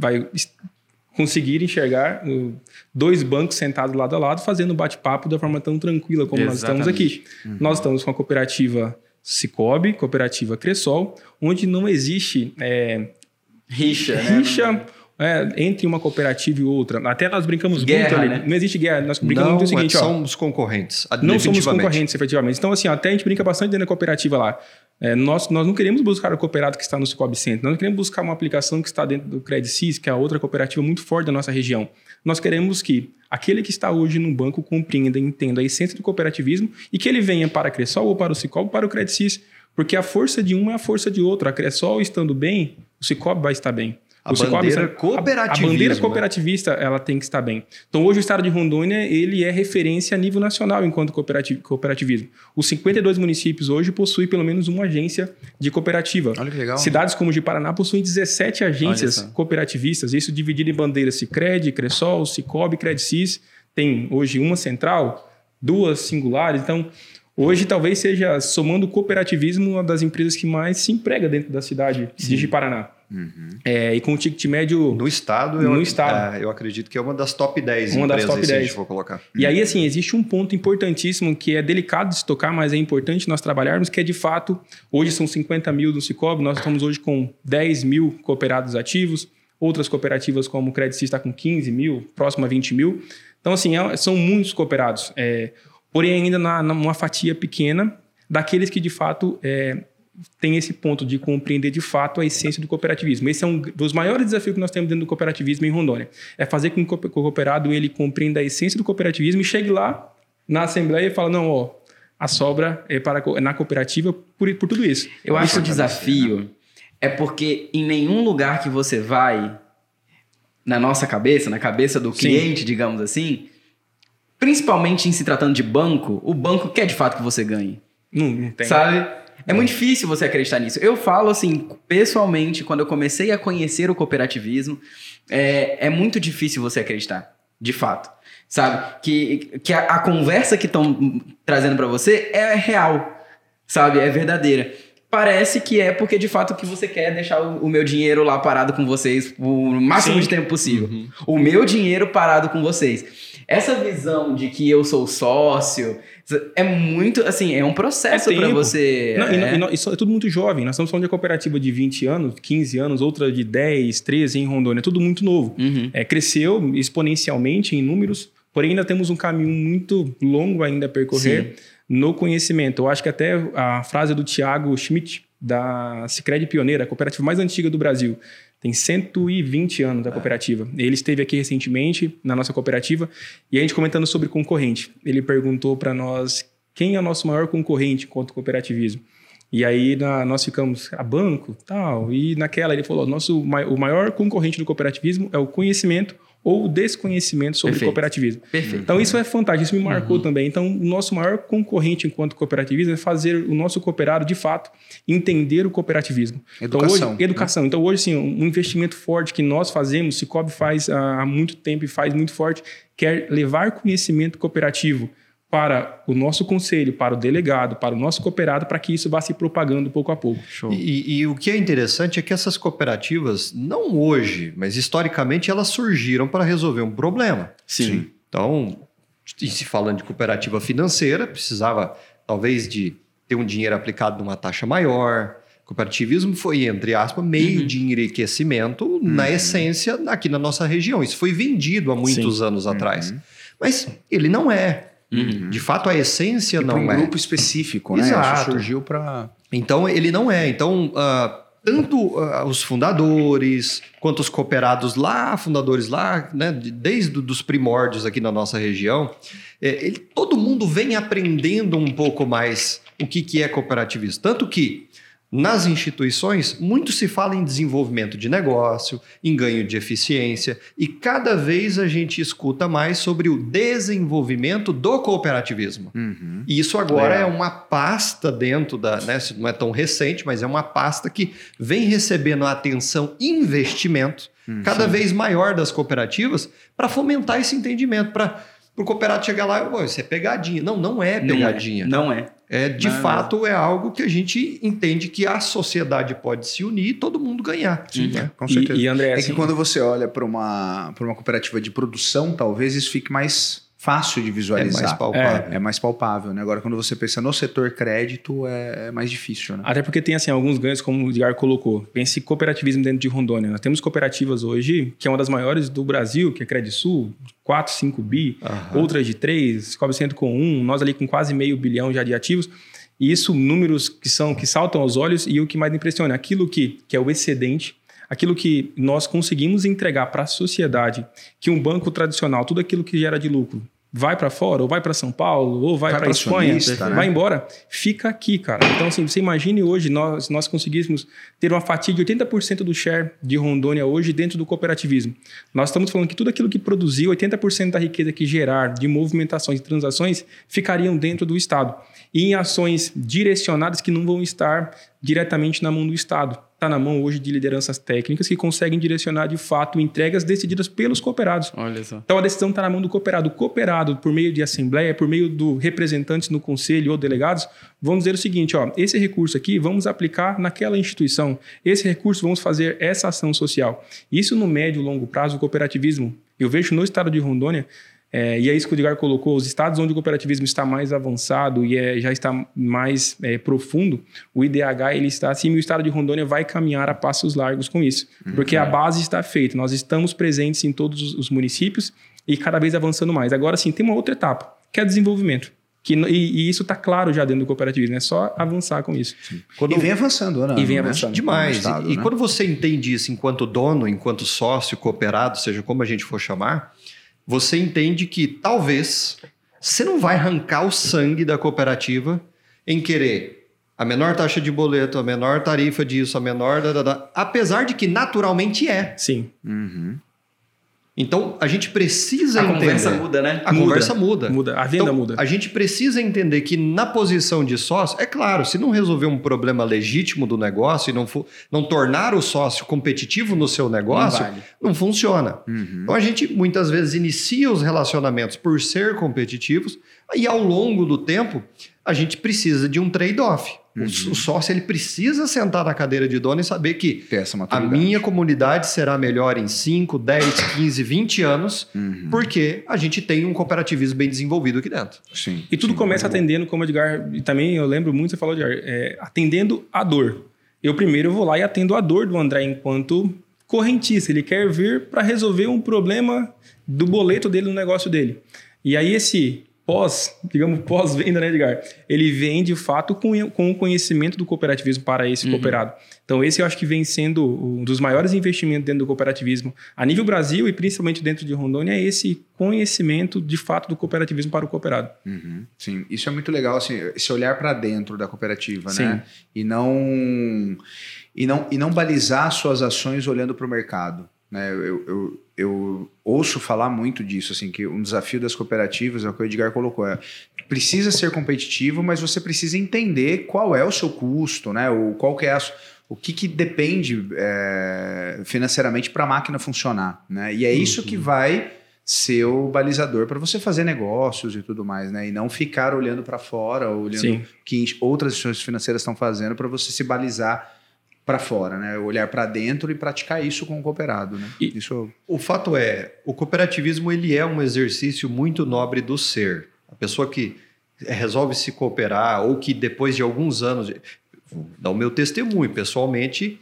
conseguir enxergar dois bancos sentados lado a lado fazendo bate-papo da forma tão tranquila como nós estamos aqui. Nós estamos com a cooperativa Cicobi, cooperativa Cressol, onde não existe rixa, entre uma cooperativa e outra. Até nós brincamos guerra, muito ali. Né? Não existe guerra. Nós brincamos muito o seguinte, somos concorrentes. Não somos concorrentes, efetivamente. Então, assim, até a gente brinca bastante dentro da cooperativa lá. Nós não queremos buscar o cooperado que está no Cicobi Centro. Nós não queremos buscar uma aplicação que está dentro do Credcis, que é a outra cooperativa muito forte da nossa região. Nós queremos que aquele que está hoje no banco compreenda e entenda a essência do cooperativismo e que ele venha para a Cressol ou para o Cicobi ou para o Credcis, porque a força de um é a força de outro. A Cressol estando bem, o Cicobi vai estar bem. A bandeira cooperativista. A bandeira cooperativista, ela tem que estar bem. Então, hoje o estado de Rondônia, ele é referência a nível nacional enquanto cooperativismo. Os 52 municípios hoje possuem pelo menos uma agência de cooperativa. Olha que legal. Cidades como o de Paraná possuem 17 agências cooperativistas. Isso dividido em bandeiras Sicredi, Cressol, Cicobi, Credcis. Tem hoje uma central, duas singulares. Então, hoje talvez seja, somando o cooperativismo, uma das empresas que mais se emprega dentro da cidade de Paraná. E com o ticket médio... No estado, eu acredito que é uma das top 10 empresas, se a gente for colocar. E aí, assim, existe um ponto importantíssimo que é delicado de se tocar, mas é importante nós trabalharmos, que é, de fato, hoje são 50 mil no Cicobi, nós estamos hoje com 10 mil cooperados ativos, outras cooperativas como o Credcis está com 15 mil, próximo a 20 mil. Então, assim, são muitos cooperados. porém ainda numa fatia pequena daqueles que de fato tem esse ponto de compreender de fato a essência do cooperativismo. Esse é um dos maiores desafios que nós temos dentro do cooperativismo em Rondônia. É fazer com que o cooperado ele compreenda a essência do cooperativismo e chegue lá na assembleia e fala, não, a sobra é na cooperativa por tudo isso. Eu acho que o desafio é porque em nenhum lugar que você vai, na nossa cabeça, na cabeça do cliente, digamos assim, principalmente em se tratando de banco, o banco quer de fato que você ganhe. Não tem. Sabe? É muito difícil você acreditar nisso. Eu falo assim, pessoalmente, quando eu comecei a conhecer o cooperativismo, é muito difícil você acreditar, de fato. Sabe? Que a conversa que estão trazendo para você é real, sabe? É verdadeira. Parece que é porque, de fato, que você quer deixar o meu dinheiro lá parado com vocês por o máximo de tempo possível. Uhum. O meu dinheiro parado com vocês. Essa visão de que eu sou sócio é muito, assim, é um processo para você... Isso é tudo muito jovem. Nós estamos falando de cooperativa de 20 anos, 15 anos, outra de 10, 13 em Rondônia. É tudo muito novo. Uhum. Cresceu exponencialmente em números, porém ainda temos um caminho muito longo ainda a percorrer no conhecimento. Eu acho que até a frase do Thiago Schmidt, da Sicredi Pioneira, a cooperativa mais antiga do Brasil, tem 120 anos da cooperativa. Ele esteve aqui recentemente na nossa cooperativa e a gente comentando sobre concorrente. Ele perguntou para nós quem é o nosso maior concorrente contra o cooperativismo. E aí nós ficamos a banco tal. E naquela ele falou, o maior concorrente do cooperativismo é o conhecimento ou desconhecimento sobre cooperativismo. Perfeito. Então isso é fantástico, isso me marcou também. Então o nosso maior concorrente enquanto cooperativismo é fazer o nosso cooperado de fato entender o cooperativismo. Educação. Então hoje sim, um investimento forte que nós fazemos, Cicobi faz há muito tempo e faz muito forte, quer levar conhecimento cooperativo para o nosso conselho, para o delegado, para o nosso cooperado, para que isso vá se propagando pouco a pouco. Show. E o que é interessante é que essas cooperativas, não hoje, mas historicamente, elas surgiram para resolver um problema. Sim. Então, se falando de cooperativa financeira, precisava talvez de ter um dinheiro aplicado numa taxa maior. Cooperativismo foi, entre aspas, meio de enriquecimento, na essência, aqui na nossa região. Isso foi vendido há muitos anos atrás. Mas ele não é. De fato, a essência não é. Para um grupo específico, né? Exato. Isso surgiu para... Então, ele não é. Então, tanto os fundadores, quanto os cooperados lá, fundadores lá, né, desde os primórdios aqui na nossa região, todo mundo vem aprendendo um pouco mais o que é cooperativismo. Tanto que, nas instituições, muito se fala em desenvolvimento de negócio, em ganho de eficiência, e cada vez a gente escuta mais sobre o desenvolvimento do cooperativismo. E isso agora é uma pasta dentro da... Né, não é tão recente, mas é uma pasta que vem recebendo a atenção e investimento cada vez maior das cooperativas para fomentar esse entendimento, para o cooperado chegar lá e isso é pegadinha. Não é pegadinha. Não é. De fato, é algo que a gente entende que a sociedade pode se unir e todo mundo ganhar. Sim, com certeza. E André, que quando você olha para uma cooperativa de produção, talvez isso fique mais fácil de visualizar. É mais palpável. É mais palpável, né? Agora, quando você pensa no setor crédito, é mais difícil, né? Até porque tem, assim, alguns ganhos, como o Edgar colocou. Pense cooperativismo dentro de Rondônia. Nós temos cooperativas hoje, que é uma das maiores do Brasil, que é Credisul, 4, 5 bi, outras de 3, Cicobi Centro com 1, nós ali com quase meio bilhão já de ativos. E isso, números que saltam aos olhos, e o que mais impressiona, aquilo que é o excedente, aquilo que nós conseguimos entregar para a sociedade, que um banco tradicional, tudo aquilo que gera de lucro, vai para fora, ou vai para São Paulo, ou vai para Espanha, vai embora, fica aqui, cara. Então, assim, você imagine hoje, nós conseguíssemos ter uma fatia de 80% do share de Rondônia hoje dentro do cooperativismo. Nós estamos falando que tudo aquilo que produziu, 80% da riqueza que gerar de movimentações e transações, ficariam dentro do Estado. E em ações direcionadas que não vão estar diretamente na mão do Estado. Está na mão hoje de lideranças técnicas que conseguem direcionar de fato entregas decididas pelos cooperados. Olha só. Então a decisão está na mão do cooperado. O cooperado, por meio de assembleia, por meio do representantes no conselho ou delegados, vão dizer o seguinte, esse recurso aqui vamos aplicar naquela instituição, esse recurso vamos fazer essa ação social. Isso no médio e longo prazo, o cooperativismo, eu vejo no estado de Rondônia, e é isso que o Edgar colocou, os estados onde o cooperativismo está mais avançado e já está mais profundo, o IDH ele está acima e o estado de Rondônia vai caminhar a passos largos com isso, porque a base está feita, nós estamos presentes em todos os municípios e cada vez avançando mais. Agora sim, tem uma outra etapa, que é desenvolvimento. E isso está claro já dentro do cooperativismo, é só avançar com isso. E vem avançando, né? E vem avançando. Demais. Estado, e né? quando você entende isso enquanto dono, enquanto sócio, cooperado, seja como a gente for chamar, você entende que talvez você não vai arrancar o sangue da cooperativa em querer a menor taxa de boleto, a menor tarifa disso, a menor... apesar de que naturalmente é. Sim. Então, a gente precisa entender... A conversa muda, né? A conversa muda. A venda então, muda. A gente precisa entender que na posição de sócio, é claro, se não resolver um problema legítimo do negócio e não tornar o sócio competitivo no seu negócio, não funciona. Então, a gente muitas vezes inicia os relacionamentos por ser competitivos e ao longo do tempo, a gente precisa de um trade-off. O sócio ele precisa sentar na cadeira de dono e saber que a minha comunidade será melhor em 5, 10, 15, 20 anos, porque a gente tem um cooperativismo bem desenvolvido aqui dentro. Sim, e tudo começa atendendo, como o Edgar, e também eu lembro muito, você falou, Edgar, atendendo a dor. Eu primeiro vou lá e atendo a dor do André enquanto correntista. Ele quer vir para resolver um problema do boleto dele no negócio dele. E aí esse... pós-venda, né, Edgar? Ele vem, de fato, com o conhecimento do cooperativismo para esse cooperado. Então, esse eu acho que vem sendo um dos maiores investimentos dentro do cooperativismo a nível Brasil e principalmente dentro de Rondônia, é esse conhecimento, de fato, do cooperativismo para o cooperado. Sim, isso é muito legal, assim, esse olhar para dentro da cooperativa, Sim. né? E não balizar suas ações olhando para o mercado. Né? Eu ouço falar muito disso, assim, que um desafio das cooperativas, é o que o Edgar colocou, precisa ser competitivo, mas você precisa entender qual é o seu custo, né? Qual que é o que depende financeiramente para a máquina funcionar, né? E é isso que vai ser o balizador para você fazer negócios e tudo mais, né? E não ficar olhando para fora, olhando o que outras instituições financeiras estão fazendo para você se balizar para fora, né? Olhar para dentro e praticar isso com o cooperado, né? O fato é, o cooperativismo ele é um exercício muito nobre do ser. A pessoa que resolve se cooperar ou que depois de alguns anos... Vou dar o meu testemunho. Pessoalmente,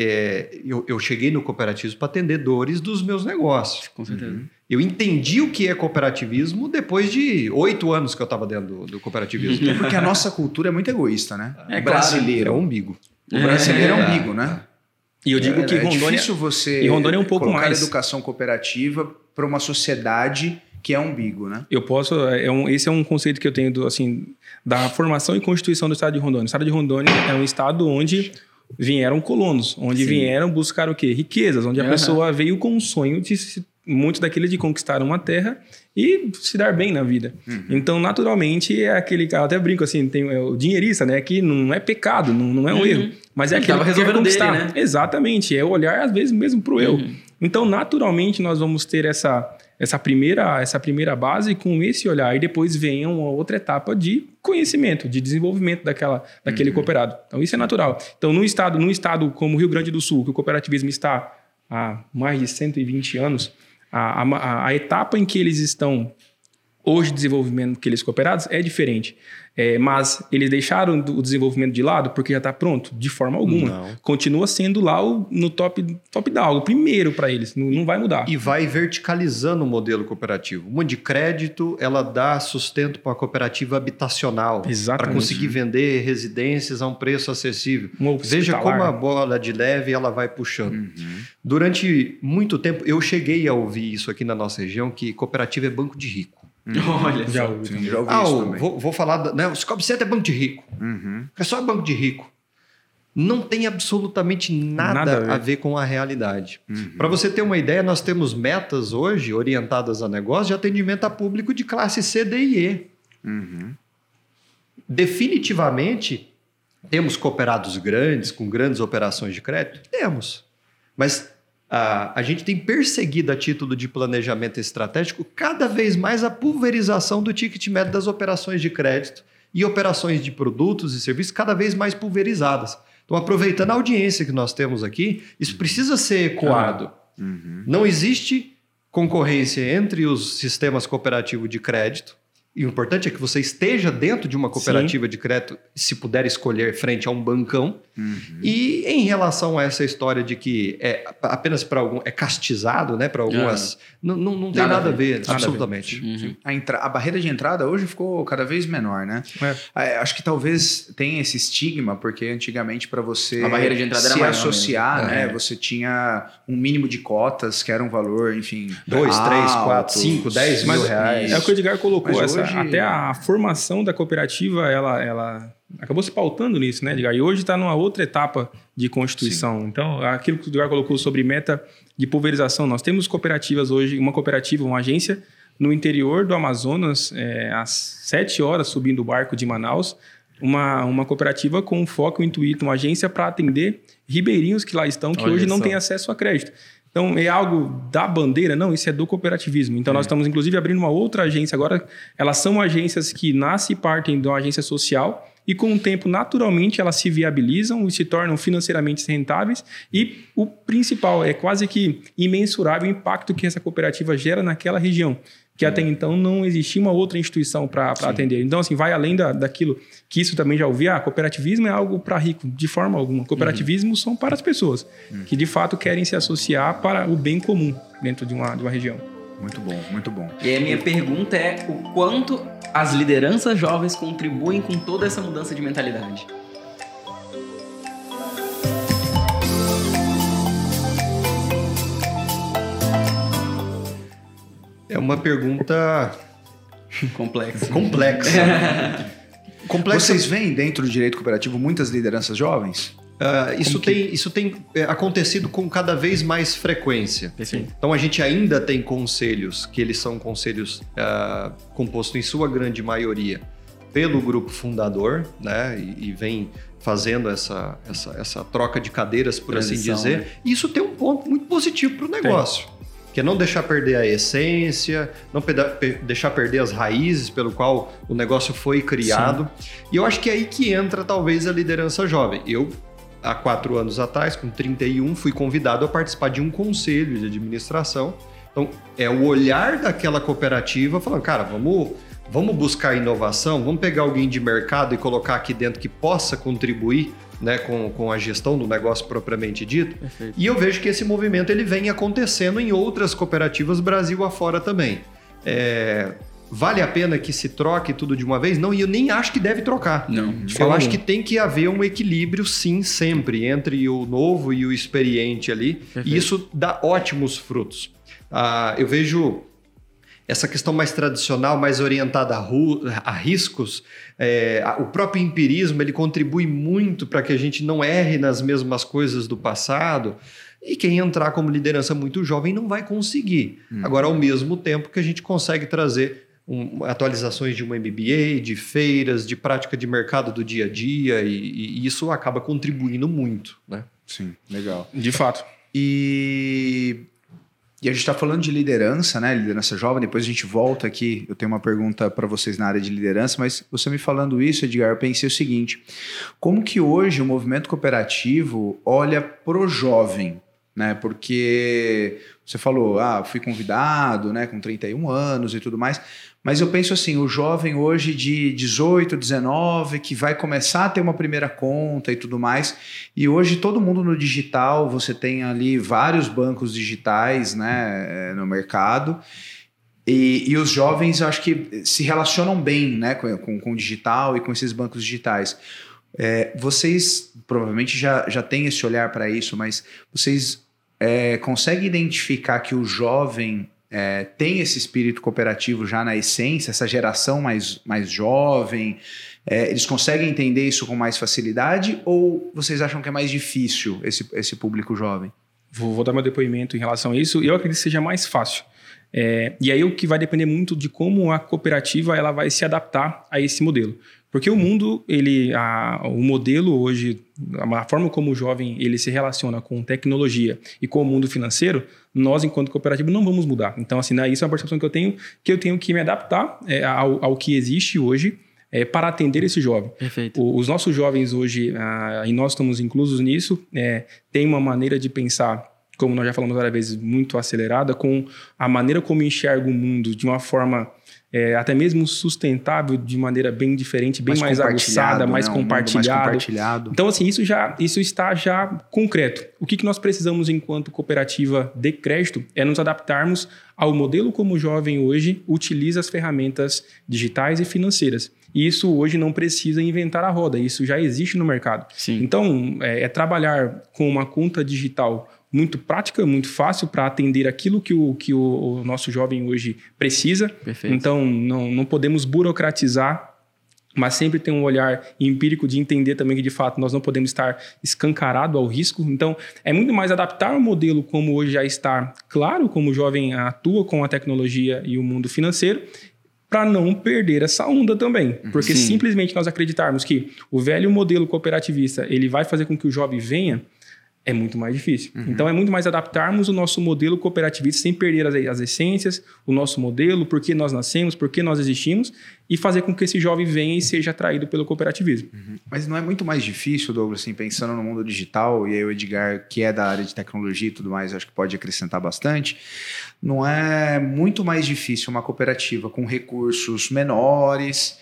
eu cheguei no cooperativismo para atender dores dos meus negócios. Com certeza. Eu entendi o que é cooperativismo depois de 8 anos que eu estava dentro do cooperativismo. Porque a nossa cultura é muito egoísta, né? É o brasileiro é um umbigo. O brasileiro é umbigo, né? E eu digo que Rondônia... É difícil você Rondônia é um pouco colocar mais. educação cooperativa para uma sociedade que é umbigo, né? Eu posso... esse é um conceito que eu tenho da formação e constituição do estado de Rondônia. O estado de Rondônia é um estado onde vieram colonos, onde vieram buscar o quê? Riquezas, onde a pessoa veio com um sonho de... Muitos daqueles de conquistar uma terra e se dar bem na vida. Então, naturalmente, é aquele cara, até brinco assim, tem o dinheirista, né? Que não é pecado, não é um erro. Mas é aquele que quer conquistar. Dele, né? Exatamente, é olhar às vezes mesmo para o eu. Então, naturalmente, nós vamos ter essa primeira base com esse olhar e depois vem uma outra etapa de conhecimento, de desenvolvimento daquele cooperado. Então, isso é natural. Então, num estado como o Rio Grande do Sul, que o cooperativismo está há mais de 120 anos, a etapa em que eles estão hoje de desenvolvimento daqueles cooperados é diferente. Mas eles deixaram o desenvolvimento de lado porque já está pronto? De forma alguma. Não. Continua sendo lá no top down, o primeiro para eles. Não vai mudar. E vai verticalizando o modelo cooperativo. Uma de crédito, ela dá sustento para a cooperativa habitacional. Exatamente. Para conseguir vender residências a um preço acessível. Veja hospitalar. como a bola de leve ela vai puxando. Durante muito tempo, eu cheguei a ouvir isso aqui na nossa região, que cooperativa é banco de rico. Olha Já só. ouvi. Já ouvi isso também. Vou falar... Né, o Scope Center é banco de rico. É só banco de rico. Não tem absolutamente nada a ver com a realidade. Para você ter uma ideia, nós temos metas hoje orientadas a negócio de atendimento a público de classe C, D e E. Definitivamente, temos cooperados grandes, com grandes operações de crédito? Temos. Mas a gente tem perseguido a título de planejamento estratégico cada vez mais a pulverização do ticket médio das operações de crédito e operações de produtos e serviços cada vez mais pulverizadas. Então, aproveitando a audiência que nós temos aqui, isso precisa ser ecoado. Não existe concorrência entre os sistemas cooperativos de crédito E o importante é que você esteja dentro de uma cooperativa de crédito, se puder escolher, frente a um bancão. E em relação a essa história de que é apenas para algum... É castizado, né? Para algumas... Não tem nada a ver, absolutamente. A barreira de entrada hoje ficou cada vez menor, né? Acho que talvez tenha esse estigma, porque antigamente para você a barreira de entrada se era associar, né? Você tinha um mínimo de cotas, que era um valor, enfim... 2, 3, 4, 5, 10 mil reais. É o que o Edgar colocou. Hoje... Até a formação da cooperativa, ela acabou se pautando nisso, né, Edgar? E hoje está numa outra etapa de constituição. Sim. Então, aquilo que o Edgar colocou sobre meta de pulverização, nós temos cooperativas hoje, uma agência no interior do Amazonas, às 7 horas subindo o barco de Manaus, uma cooperativa com foco e intuito, uma agência para atender ribeirinhos que lá estão, que hoje não têm acesso a crédito. Então, é algo da bandeira? Não, isso é do cooperativismo. Então, nós estamos, inclusive, abrindo uma outra agência agora. Elas são agências que nascem e partem de uma agência social e, com o tempo, naturalmente, elas se viabilizam e se tornam financeiramente rentáveis. E o principal, é quase que imensurável o impacto que essa cooperativa gera naquela região, que até então não existia uma outra instituição para atender. Então, assim, vai além daquilo que isso também já ouvi. Cooperativismo é algo para rico, de forma alguma. Cooperativismo são para as pessoas que, de fato, querem se associar para o bem comum dentro de uma região. Muito bom, muito bom. E aí a minha pergunta é o quanto as lideranças jovens contribuem com toda essa mudança de mentalidade? É uma pergunta complexa. Vocês veem dentro do direito cooperativo muitas lideranças jovens? Isso tem acontecido com cada vez mais frequência. Sim. Então a gente ainda tem conselhos, que eles são conselhos compostos em sua grande maioria pelo grupo fundador, né? E vem fazendo essa troca de cadeiras, por assim dizer. Né? E isso tem um ponto muito positivo para o negócio. Que é não deixar perder a essência, não deixar perder as raízes pelo qual o negócio foi criado. Sim. E eu acho que é aí que entra talvez a liderança jovem. Eu, há 4 anos atrás, com 31, fui convidado a participar de um conselho de administração. Então, é o olhar daquela cooperativa falando, cara, vamos buscar inovação, vamos pegar alguém de mercado e colocar aqui dentro que possa contribuir, né, com a gestão do negócio propriamente dito. Perfeito. E eu vejo que esse movimento ele vem acontecendo em outras cooperativas Brasil afora também. Vale a pena que se troque tudo de uma vez? Não, e eu nem acho que deve trocar. Não. Eu acho que tem que haver um equilíbrio, sim, sempre, entre o novo e o experiente ali. Perfeito. E isso dá ótimos frutos. Eu vejo essa questão mais tradicional, mais orientada a riscos, o próprio empirismo, ele contribui muito para que a gente não erre nas mesmas coisas do passado. E quem entrar como liderança muito jovem não vai conseguir. Agora, ao mesmo tempo que a gente consegue trazer atualizações de uma MBA, de feiras, de prática de mercado do dia a dia, e isso acaba contribuindo muito, né? Sim, legal. De fato. E a gente está falando de liderança, né? Liderança jovem. Depois a gente volta aqui. Eu tenho uma pergunta para vocês na área de liderança, mas você me falando isso, Edgar, eu pensei o seguinte: como que hoje o movimento cooperativo olha pro jovem, né? Porque você falou, fui convidado, né, com 31 anos e tudo mais. Mas eu penso assim, o jovem hoje de 18, 19, que vai começar a ter uma primeira conta e tudo mais, e hoje todo mundo no digital, você tem ali vários bancos digitais, né, no mercado, e os jovens, eu acho que se relacionam bem, né, com o digital e com esses bancos digitais. Vocês provavelmente já têm esse olhar para isso, mas vocês conseguem identificar que o jovem tem esse espírito cooperativo já na essência, essa geração mais jovem, eles conseguem entender isso com mais facilidade, ou vocês acham que é mais difícil esse público jovem? Vou dar meu depoimento em relação a isso. Eu acredito que seja mais fácil. E aí o que vai depender muito de como a cooperativa ela vai se adaptar a esse modelo. Porque o mundo, o modelo hoje, a forma como o jovem ele se relaciona com tecnologia e com o mundo financeiro, nós, enquanto cooperativa, não vamos mudar. Então, assim, isso é uma percepção que eu tenho que me adaptar ao que existe hoje para atender esse jovem. Perfeito. Os nossos jovens hoje, e nós estamos inclusos nisso, tem uma maneira de pensar, como nós já falamos várias vezes, muito acelerada, com a maneira como enxerga o mundo de uma forma até mesmo sustentável de maneira bem diferente, bem mais aguçada, mais compartilhado. Então, assim, isso está já concreto. O que nós precisamos enquanto cooperativa de crédito é nos adaptarmos ao modelo como o jovem hoje utiliza as ferramentas digitais e financeiras. E isso hoje não precisa inventar a roda, isso já existe no mercado. Sim. Então, trabalhar com uma conta digital muito prática, muito fácil para atender aquilo que o nosso jovem hoje precisa. Perfeito. Então, não podemos burocratizar, mas sempre ter um olhar empírico de entender também que, de fato, nós não podemos estar escancarado ao risco. Então, é muito mais adaptar o modelo como hoje já está claro, como o jovem atua com a tecnologia e o mundo financeiro, para não perder essa onda também. Porque simplesmente nós acreditarmos que o velho modelo cooperativista ele vai fazer com que o jovem venha, é muito mais difícil. Então, é muito mais adaptarmos o nosso modelo cooperativista sem perder as essências, o nosso modelo, por que nós nascemos, por que nós existimos, e fazer com que esse jovem venha e seja atraído pelo cooperativismo. Mas não é muito mais difícil, Douglas, assim, pensando no mundo digital, e aí o Edgar, que é da área de tecnologia e tudo mais, acho que pode acrescentar bastante, não é muito mais difícil uma cooperativa com recursos menores,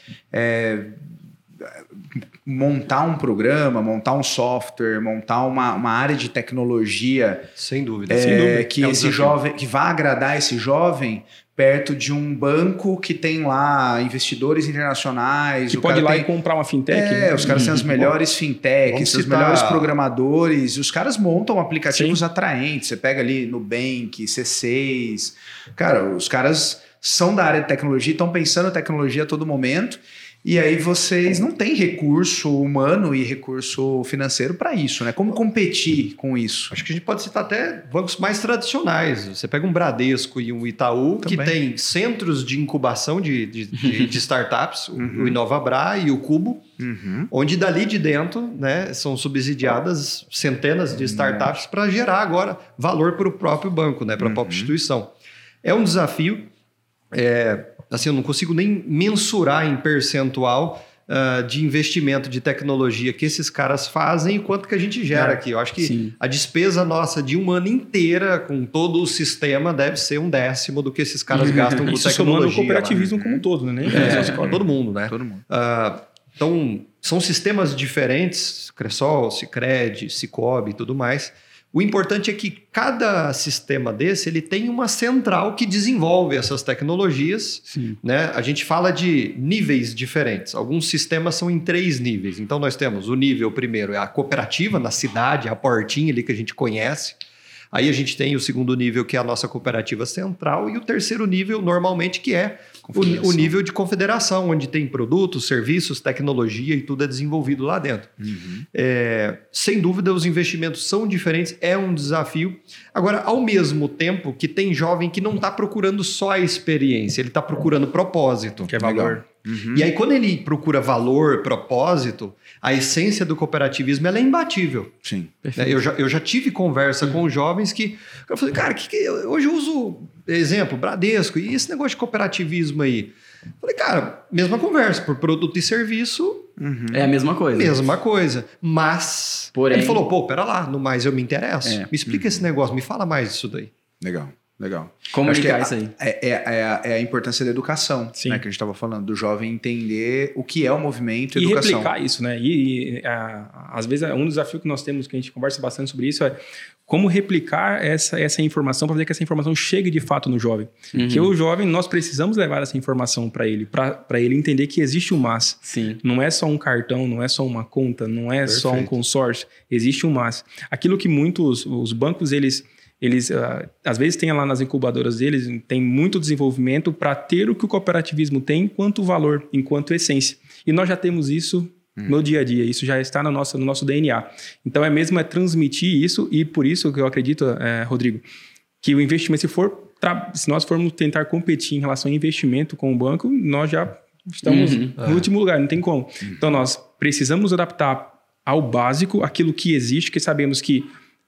montar um programa, montar um software, montar uma área de tecnologia, sem dúvida, que esse jovem, que vá agradar esse jovem perto de um banco que tem lá investidores internacionais. Que pode ir lá e comprar uma fintech. Os caras têm as melhores fintechs, os melhores programadores, e os caras montam aplicativos atraentes. Você pega ali Nubank, C6. Cara, os caras são da área de tecnologia, estão pensando em tecnologia a todo momento. E aí vocês não têm recurso humano e recurso financeiro para isso, né? Como competir com isso? Acho que a gente pode citar até bancos mais tradicionais. Você pega um Bradesco e um Itaú, também, que tem centros de incubação de startups, o InovaBra e o Cubo, onde dali de dentro, né, são subsidiadas centenas de startups para gerar agora valor para o próprio banco, né, para a própria instituição. É um desafio. Assim, eu não consigo nem mensurar em percentual de investimento de tecnologia que esses caras fazem e quanto que a gente gera aqui. Eu acho que a despesa nossa de um ano inteira com todo o sistema deve ser 1/10 do que esses caras gastam com tecnologia. Somando o cooperativismo como um todo, né? Todo mundo, né? Todo mundo. Então, são sistemas diferentes, Cressol, Sicredi, Sicobi e tudo mais. O importante é que cada sistema desse ele tem uma central que desenvolve essas tecnologias. Né? A gente fala de níveis diferentes. Alguns sistemas são em 3 níveis. Então, nós temos o nível primeiro, é a cooperativa na cidade, a portinha ali que a gente conhece. Aí a gente tem o segundo nível, que é a nossa cooperativa central, e o terceiro nível, normalmente, que é o nível de confederação, onde tem produtos, serviços, tecnologia e tudo é desenvolvido lá dentro. Sem dúvida, os investimentos são diferentes, é um desafio. Agora, ao mesmo tempo que tem jovem que não está procurando só a experiência, ele está procurando propósito. Que é valor. E aí, quando ele procura valor, propósito, a essência do cooperativismo ela é imbatível. Sim. Eu já tive conversa com jovens que... Eu falei, cara, hoje eu uso, exemplo, Bradesco, e esse negócio de cooperativismo aí? Eu falei, cara, mesma conversa, por produto e serviço... É a mesma coisa. Mesma coisa. Mas... Porém... Ele falou, pera lá, no mais eu me interesso. Me explica esse negócio, me fala mais disso daí. Legal. Como ligar isso aí? É a importância da educação, né, que a gente estava falando, do jovem entender o que é o movimento e educação. E replicar isso, né? Às vezes, um desafio que nós temos, que a gente conversa bastante sobre isso, é como replicar essa informação para fazer que essa informação chegue de fato no jovem. Que o jovem, nós precisamos levar essa informação para ele entender que existe um MAS. Não é só um cartão, não é só uma conta, não é só um consórcio, existe um MAS. Aquilo que os bancos, eles às vezes tem lá nas incubadoras deles, tem muito desenvolvimento para ter o que o cooperativismo tem enquanto valor, enquanto essência. E nós já temos isso no dia a dia, isso já está no nosso DNA. Então é transmitir isso, e por isso que eu acredito, Rodrigo, que o investimento, se nós formos tentar competir em relação ao investimento com o banco, nós já estamos no último lugar, não tem como. Então nós precisamos adaptar ao básico aquilo que existe, que sabemos que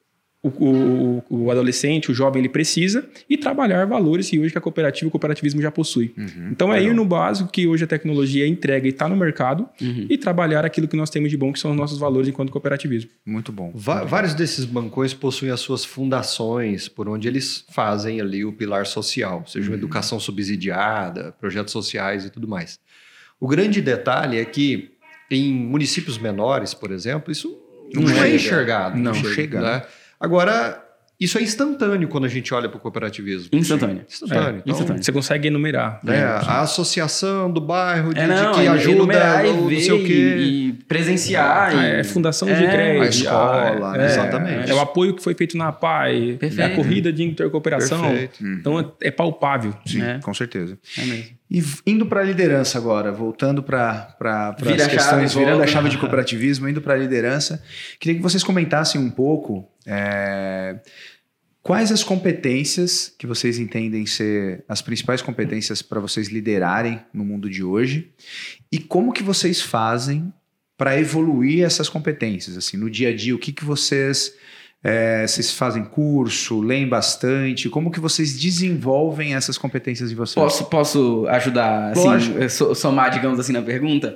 o adolescente, o jovem, ele precisa e trabalhar valores que hoje que a cooperativa e o cooperativismo já possui. Então é ir no básico que hoje a tecnologia entrega e está no mercado e trabalhar aquilo que nós temos de bom, que são os nossos valores enquanto cooperativismo. Muito bom. Vários desses bancões possuem as suas fundações por onde eles fazem ali o pilar social, seja uma educação subsidiada, projetos sociais e tudo mais. O grande detalhe é que em municípios menores, por exemplo, isso não é enxergado. Não chega. Né? Agora, isso é instantâneo quando a gente olha para o cooperativismo. Instantâneo. Então, Você consegue enumerar. a associação do bairro que ajuda, enumerar não sei o quê. E presenciar. É fundação de crédito. A escola, né? Exatamente. É o apoio que foi feito na APAE, é a corrida de intercooperação. Perfeito. Então é palpável. Sim, com certeza. É mesmo. E indo para a liderança agora, voltando para Vira as questões, chave, virando volta. a chave de cooperativismo, indo para a liderança, queria que vocês comentassem um pouco quais as competências que vocês entendem ser as principais competências para vocês liderarem no mundo de hoje e como que vocês fazem para evoluir essas competências, assim, no dia a dia, o que vocês fazem curso, leem bastante, como que vocês desenvolvem essas competências em vocês? Posso ajudar, assim, somar, digamos assim, na pergunta?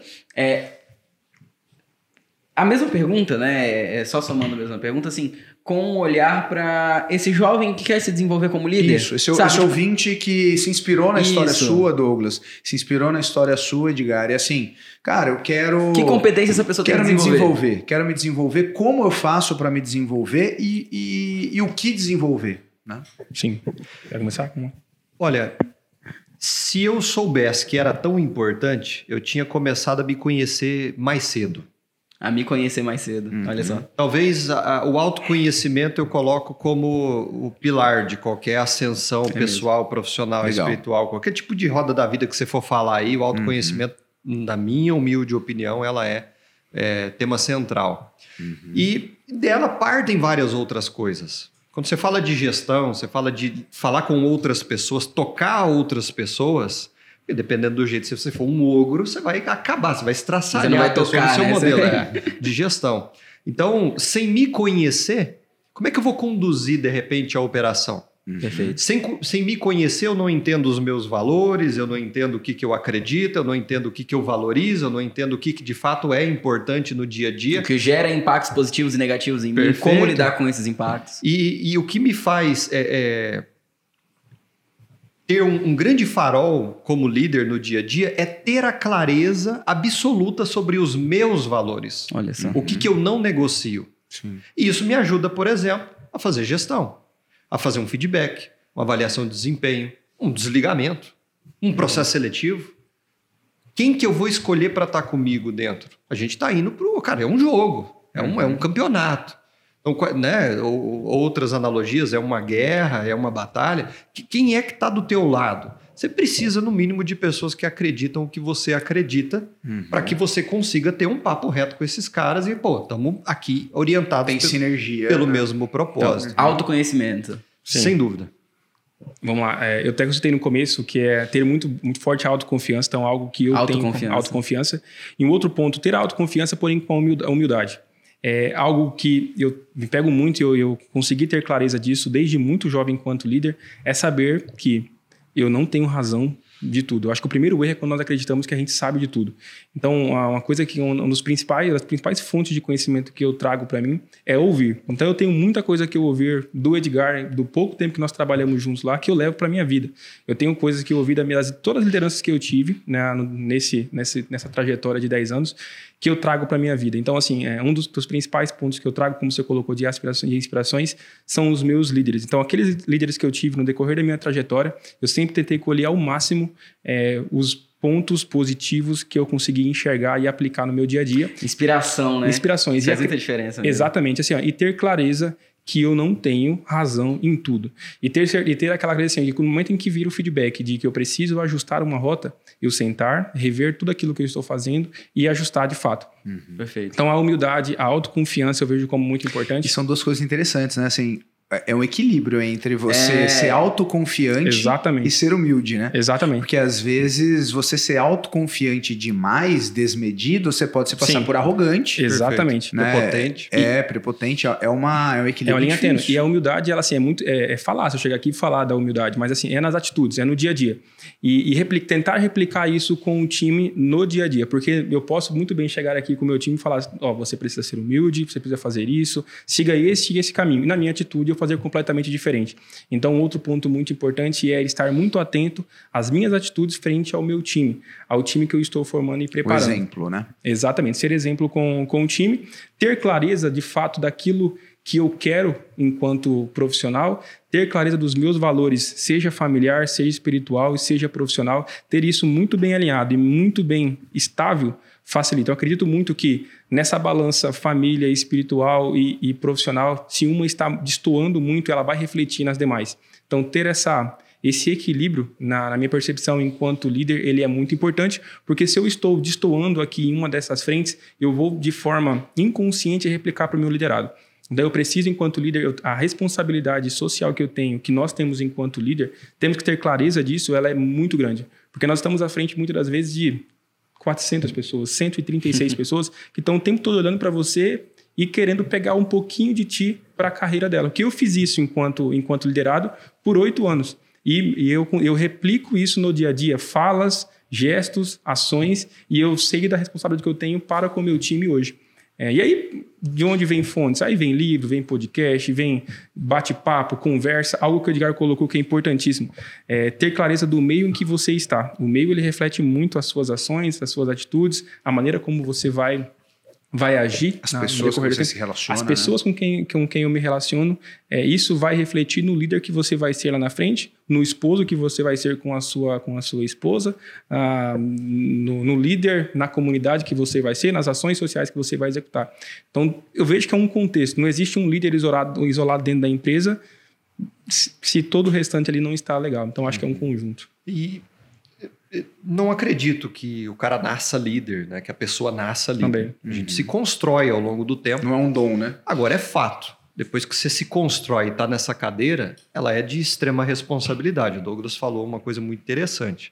A mesma pergunta, né? Só somando a mesma pergunta, assim, com um olhar para esse jovem que quer se desenvolver como líder. Isso, esse ouvinte que se inspirou na história sua, Douglas, se inspirou na história sua, Edgar, e assim, cara, eu quero... Que competência essa pessoa tem que desenvolver? Quero me desenvolver, como eu faço para me desenvolver e o que desenvolver, né? Sim. Quer começar? Olha, se eu soubesse que era tão importante, eu tinha começado a me conhecer mais cedo. A me conhecer mais cedo, olha só. Talvez o autoconhecimento eu coloco como o pilar de qualquer ascensão pessoal, profissional, espiritual, qualquer tipo de roda da vida que você for falar aí, o autoconhecimento, na minha humilde opinião, ela é tema central. E dela partem várias outras coisas. Quando você fala de gestão, você fala de falar com outras pessoas, tocar outras pessoas... E dependendo do jeito, se você for um ogro, você vai acabar, você vai estraçalhar a pessoa no seu modelo de gestão. Então, sem me conhecer, como é que eu vou conduzir, de repente, a operação? Perfeito. Sem me conhecer, eu não entendo os meus valores, eu não entendo o que eu acredito, eu não entendo o que eu valorizo, eu não entendo o que de fato é importante no dia a dia. O que gera impactos positivos e negativos em mim, como lidar com esses impactos. E o que me faz... ter um grande farol como líder no dia a dia é ter a clareza absoluta sobre os meus valores. Olha só. O que eu não negocio. Sim. E isso me ajuda, por exemplo, a fazer gestão, a fazer um feedback, uma avaliação de desempenho, um desligamento, um processo seletivo. Quem que eu vou escolher para estar comigo dentro? A gente está indo para... Cara, é um jogo, é um campeonato. Então, né, outras analogias, é uma guerra, é uma batalha. Quem é que está do teu lado? Você precisa, no mínimo, de pessoas que acreditam o que você acredita para que você consiga ter um papo reto com esses caras e, estamos aqui orientados sinergia, pelo mesmo propósito. Então, autoconhecimento. Sim. Sem dúvida. Vamos lá. Eu até citei no começo que é ter muito forte autoconfiança, então algo que eu tenho autoconfiança. E um outro ponto, ter autoconfiança, porém com a humildade. É algo que eu me pego muito e eu consegui ter clareza disso desde muito jovem enquanto líder, é saber que eu não tenho razão de tudo. Eu acho que o primeiro erro é quando nós acreditamos que a gente sabe de tudo. Então, uma coisa que das principais fontes de conhecimento que eu trago para mim é ouvir. Então, eu tenho muita coisa que eu ouvir do Edgar, do pouco tempo que nós trabalhamos juntos lá, que eu levo para minha vida. Eu tenho coisas que eu ouvi das todas as lideranças que eu tive, né, nessa trajetória de 10 anos, que eu trago para minha vida. Então, assim, um dos principais pontos que eu trago, como você colocou, de aspirações e inspirações, são os meus líderes. Então, aqueles líderes que eu tive no decorrer da minha trajetória, eu sempre tentei colher ao máximo os pontos positivos que eu consegui enxergar e aplicar no meu dia a dia. Inspiração, né? Inspirações. Faz muita diferença mesmo. Exatamente. Assim, e ter clareza que eu não tenho razão em tudo. E ter aquela clareza assim, que no momento em que vira o feedback de que eu preciso ajustar uma rota, eu sentar, rever tudo aquilo que eu estou fazendo e ajustar de fato. Perfeito. Então, a humildade, a autoconfiança eu vejo como muito importante. E são duas coisas interessantes, né? Assim, é um equilíbrio entre você ser autoconfiante e ser humilde, né? Exatamente. Porque às vezes você ser autoconfiante demais, desmedido, você pode se passar por arrogante. Exatamente. Né? Prepotente. Prepotente. É um equilíbrio. É uma linha difícil. tênue. E a humildade, ela assim, é muito. É falar, se eu chegar aqui e falar da humildade, mas assim, é nas atitudes, é no dia a dia. E tentar replicar isso com o time no dia a dia. Porque eu posso muito bem chegar aqui com o meu time e falar: você precisa ser humilde, você precisa fazer isso, siga esse caminho. E na minha atitude, eu fazer completamente diferente. Então, outro ponto muito importante é estar muito atento às minhas atitudes frente ao meu time, ao time que eu estou formando e preparando. O exemplo, né? Exatamente. Ser exemplo com o time, ter clareza de fato daquilo que eu quero enquanto profissional, ter clareza dos meus valores, seja familiar, seja espiritual e seja profissional, ter isso muito bem alinhado e muito bem estável facilita. Eu acredito muito que nessa balança família, espiritual e profissional, se uma está destoando muito, ela vai refletir nas demais. Então, ter esse equilíbrio, na minha percepção enquanto líder, ele é muito importante, porque se eu estou destoando aqui em uma dessas frentes, eu vou de forma inconsciente replicar para o meu liderado. Daí eu preciso, enquanto líder, a responsabilidade social que eu tenho, que nós temos enquanto líder, temos que ter clareza disso, ela é muito grande. Porque nós estamos à frente, muitas das vezes, de 400 pessoas, 136 pessoas, que estão o tempo todo olhando para você e querendo pegar um pouquinho de ti para a carreira dela. Porque eu fiz isso enquanto liderado por 8 anos. E eu replico isso no dia a dia, falas, gestos, ações, e eu sei da responsabilidade que eu tenho para com o meu time hoje. E aí, de onde vem fontes? Aí vem livro, vem podcast, vem bate-papo, conversa, algo que o Edgar colocou que é importantíssimo. Ter clareza do meio em que você está. O meio, ele reflete muito as suas ações, as suas atitudes, a maneira como você vai agir. As pessoas com quem você se relaciona. As pessoas com quem eu me relaciono, isso vai refletir no líder que você vai ser lá na frente, no esposo que você vai ser com a sua esposa, no líder, na comunidade que você vai ser, nas ações sociais que você vai executar. Então, eu vejo que é um contexto. Não existe um líder isolado dentro da empresa se todo o restante ali não está legal. Então, acho que é um conjunto. E não acredito que o cara nasça líder, né? Que a pessoa nasça líder. Também. A gente se constrói ao longo do tempo. Não é um dom, né? Agora é fato. Depois que você se constrói e está nessa cadeira, ela é de extrema responsabilidade. O Douglas falou uma coisa muito interessante.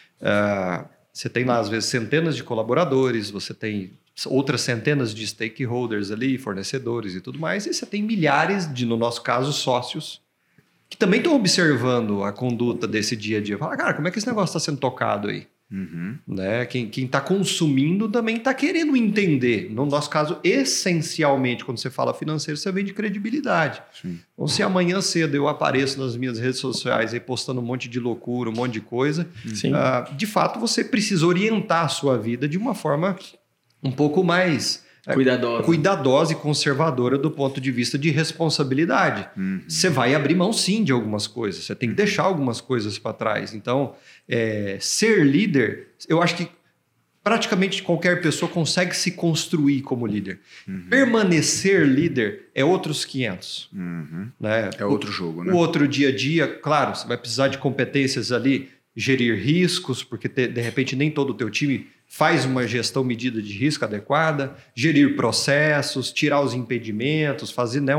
Você tem lá, às vezes, centenas de colaboradores, você tem outras centenas de stakeholders ali, fornecedores e tudo mais, e você tem milhares de, no nosso caso, sócios, que também estão observando a conduta desse dia a dia. Fala, cara, como é que esse negócio está sendo tocado aí? Uhum. Né? Quem está consumindo também está querendo entender. No nosso caso, essencialmente, quando você fala financeiro, você vende credibilidade. Sim. Então, se amanhã cedo eu apareço nas minhas redes sociais aí postando um monte de loucura, um monte de coisa, de fato você precisa orientar a sua vida de uma forma um pouco mais cuidadosa e conservadora do ponto de vista de responsabilidade. Uhum. Você vai abrir mão, sim, de algumas coisas. Você tem que deixar algumas coisas para trás. Então, ser líder, eu acho que praticamente qualquer pessoa consegue se construir como líder. Uhum. Permanecer líder é outros 500. Uhum. Né? É outro jogo, né? O outro dia a dia, claro, você vai precisar de competências ali, gerir riscos, porque de repente nem todo o teu time faz uma gestão medida de risco adequada, gerir processos, tirar os impedimentos, fazer, né,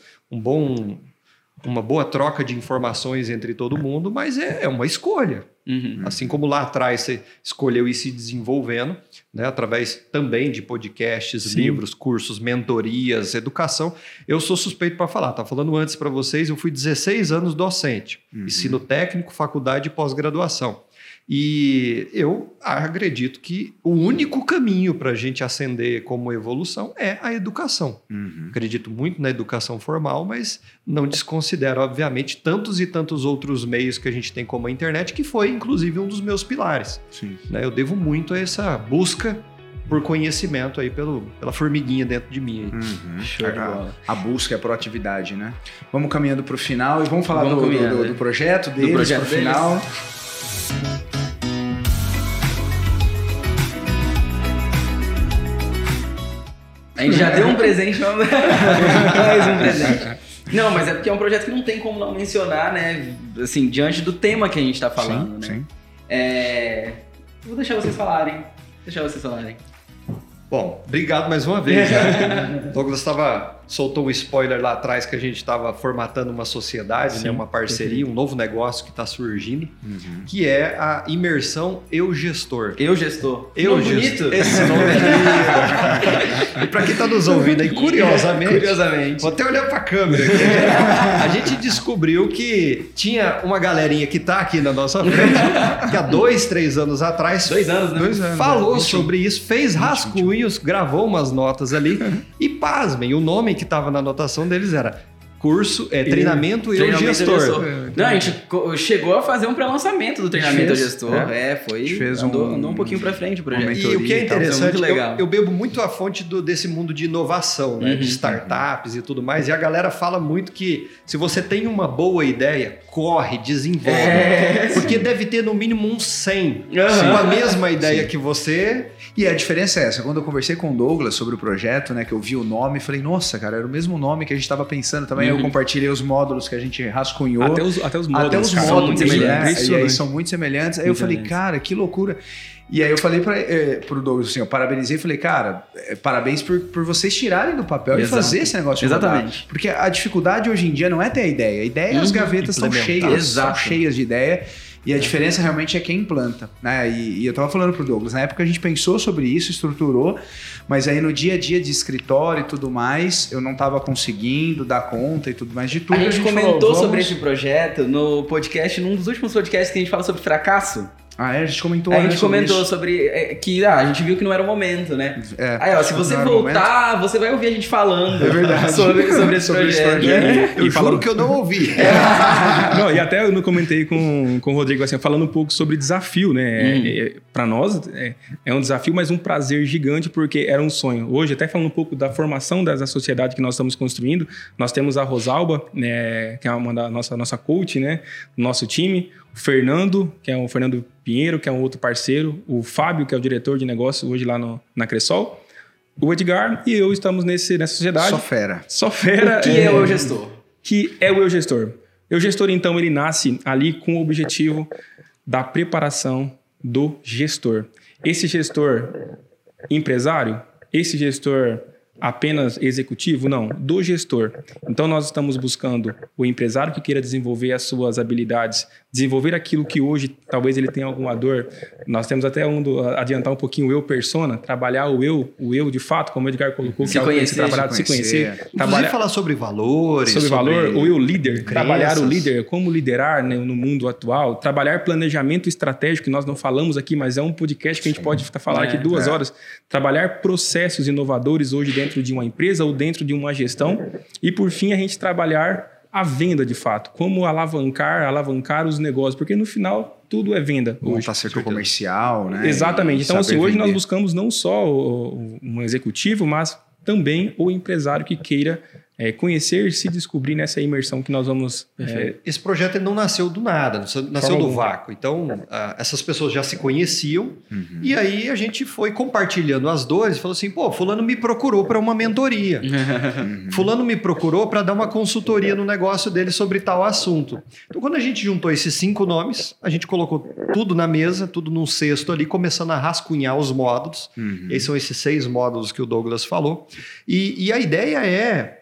uma boa troca de informações entre todo mundo, mas é uma escolha. Uhum. Assim como lá atrás você escolheu ir se desenvolvendo, né, através também de podcasts, Sim. livros, cursos, mentorias, educação. Eu sou suspeito para falar. Estava falando antes para vocês, eu fui 16 anos docente, ensino técnico, faculdade e pós-graduação. E eu acredito que o único caminho para a gente ascender como evolução é a educação. Uhum. Acredito muito na educação formal, mas não desconsidero, obviamente, tantos e tantos outros meios que a gente tem como a internet, que foi, inclusive, um dos meus pilares. Sim. Né? Eu devo muito a essa busca por conhecimento aí pela formiguinha dentro de mim. Uhum. Show de bola. A busca, a proatividade, né? Vamos caminhando para o final e vamos falar Vamos caminhando, do projeto deles para o final. A gente já deu um presente, mais um presente. Não, mas é porque é um projeto que não tem como não mencionar, né? Assim, diante do tema que a gente tá falando, sim, né? Sim. Vou deixar vocês falarem. Bom, obrigado mais uma vez. Né? O Douglas estava soltou um spoiler lá atrás que a gente estava formatando uma sociedade, né, uma parceria, um novo negócio que está surgindo, que é a imersão Eu Gestor. Eu Gestor. Eu Gestor. Esse nome é lindo. E para quem está nos ouvindo aí, curiosamente, vou até olhar para a câmera aqui. A gente descobriu que tinha uma galerinha que está aqui na nossa frente, que há 2, 3 anos atrás 2 anos, né? 2 anos, falou sobre isso, fez rascunhos, gravou umas notas ali e pasmem, o nome que estava na anotação deles era treinamento Eu Gestor. Não, a gente chegou a fazer um pré-lançamento do treinamento Eu Gestor. Andou um pouquinho pra frente o projeto. E o que é interessante, muito legal. Eu bebo muito a fonte desse mundo de inovação, né? De startups e tudo mais. E a galera fala muito que se você tem uma boa ideia, corre, desenvolve. Porque deve ter no mínimo uns 100 com a mesma ideia que você. E a diferença é essa. Quando eu conversei com o Douglas sobre o projeto, né, que eu vi o nome, falei, nossa, cara, era o mesmo nome que a gente estava pensando também. Eu compartilhei os módulos que a gente rascunhou. Até os módulos, cara, são muito semelhantes. E aí são muito semelhantes. Aí eu falei, cara, que loucura. E aí eu falei pro Douglas assim, eu parabenizei e falei, cara, parabéns por vocês tirarem do papel e fazer esse negócio Exatamente. rodar. Porque a dificuldade hoje em dia não é ter a ideia. A ideia, as gavetas estão cheias de ideia. E a diferença realmente é quem implanta, né? E eu tava falando pro Douglas, na época a gente pensou sobre isso, estruturou, mas aí no dia a dia de escritório e tudo mais, eu não tava conseguindo dar conta e tudo mais de tudo. A gente comentou sobre esse projeto no podcast, num dos últimos podcasts que a gente fala sobre fracasso. Ah, a gente comentou sobre que a gente viu que não era o momento, né? Aí, ó, se você voltar, você vai ouvir a gente falando sobre esse projeto. Eu juro que eu não ouvi. Não, e até eu comentei com o Rodrigo, assim, falando um pouco sobre desafio, né? Para nós é um desafio, mas um prazer gigante, porque era um sonho. Hoje, até falando um pouco da formação da sociedade que nós estamos construindo, nós temos a Rosalba, né, que é uma da nossa coach, né? Do nosso time. O Fernando, que é o Fernando Pinheiro, que é um outro parceiro. O Fábio, que é o diretor de negócio hoje lá na Cressol. O Edgar e eu estamos nessa sociedade. Só fera. Que é o Eu Gestor. Que é o Eu Gestor. O Gestor, então, ele nasce ali com o objetivo da preparação do gestor. Esse gestor empresário, esse gestor apenas executivo? Não, do gestor. Então, nós estamos buscando o empresário que queira desenvolver as suas habilidades, desenvolver aquilo que hoje talvez ele tenha alguma dor. Nós temos até adiantar um pouquinho o eu persona, trabalhar o eu de fato, como o Edgar colocou, se conhecer. Inclusive falar sobre valores. Sobre valor, o eu líder, trabalhar o líder, como liderar, né, no mundo atual, trabalhar planejamento estratégico, que nós não falamos aqui, mas é um podcast que a gente pode falar aqui 2 horas. Trabalhar processos inovadores hoje dentro de uma empresa ou dentro de uma gestão. E, por fim, a gente trabalhar a venda, de fato. Como alavancar os negócios. Porque, no final, tudo é venda. Montar setor comercial, né? Exatamente. Então, assim, hoje nós buscamos não só um executivo, mas também o empresário que queira conhecer, se descobrir nessa imersão que nós vamos... Esse projeto ele não nasceu do nada, nasceu do vácuo. Então, essas pessoas já se conheciam e aí a gente foi compartilhando as dores e falou assim, pô, fulano me procurou para uma mentoria. Fulano me procurou para dar uma consultoria no negócio dele sobre tal assunto. Então, quando a gente juntou esses 5 nomes, a gente colocou tudo na mesa, tudo num cesto ali, começando a rascunhar os módulos. Esses são esses 6 módulos que o Douglas falou. E a ideia é...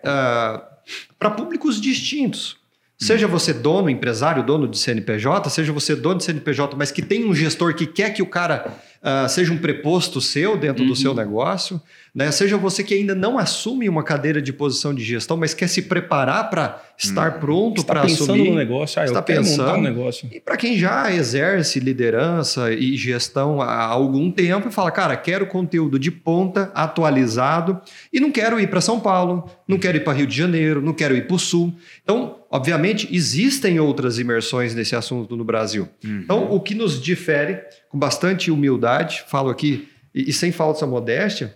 para públicos distintos. Seja você dono, empresário, dono de CNPJ, seja você dono de CNPJ, mas que tem um gestor que quer que o cara seja um preposto seu dentro do seu negócio, né? Seja você que ainda não assume uma cadeira de posição de gestão, mas quer se preparar para estar pronto para assumir. Está pensando no negócio, eu quero montar um negócio. E para quem já exerce liderança e gestão há algum tempo e fala, cara, quero conteúdo de ponta, atualizado e não quero ir para São Paulo, não quero ir para Rio de Janeiro, não quero ir para o Sul. Então, obviamente, existem outras imersões nesse assunto no Brasil. Então, o que nos difere, com bastante humildade, falo aqui e sem falsa modéstia,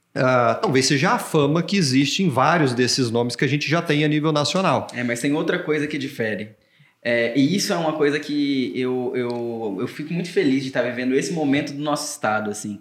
talvez seja a fama que existe em vários desses nomes que a gente já tem a nível nacional. Mas tem outra coisa que difere. E isso é uma coisa que eu fico muito feliz de estar vivendo esse momento do nosso estado, assim.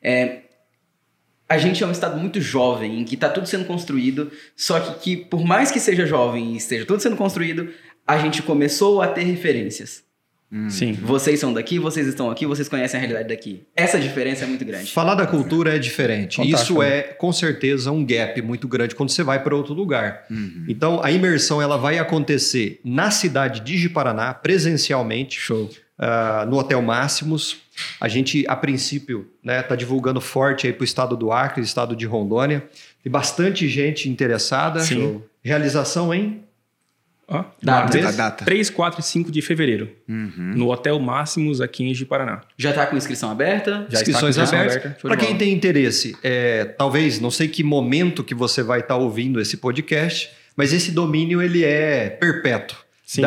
A gente é um estado muito jovem, em que está tudo sendo construído, só que por mais que seja jovem e esteja tudo sendo construído, a gente começou a ter referências. Sim. Vocês são daqui, vocês estão aqui, vocês conhecem a realidade daqui. Essa diferença é muito grande. Falar da cultura é diferente. Fantástico. Isso é, com certeza, um gap muito grande quando você vai para outro lugar. Então, a imersão ela vai acontecer na cidade de Ji-Paraná, presencialmente. Show. No Hotel Máximos. A gente, a princípio, tá divulgando forte aí para o estado do Acre, estado de Rondônia. Tem bastante gente interessada. Sim. Show. Realização em... Data. 3, 4 e 5 de fevereiro. No Hotel Máximos, aqui em Ji-Paraná. Já tá com inscrição aberta? Já Inscrições está com inscrição abertas. aberta. Show de Para quem bola. tem interesse, talvez, não sei que momento que você vai estar ouvindo esse podcast, mas esse domínio ele é perpétuo. Sim.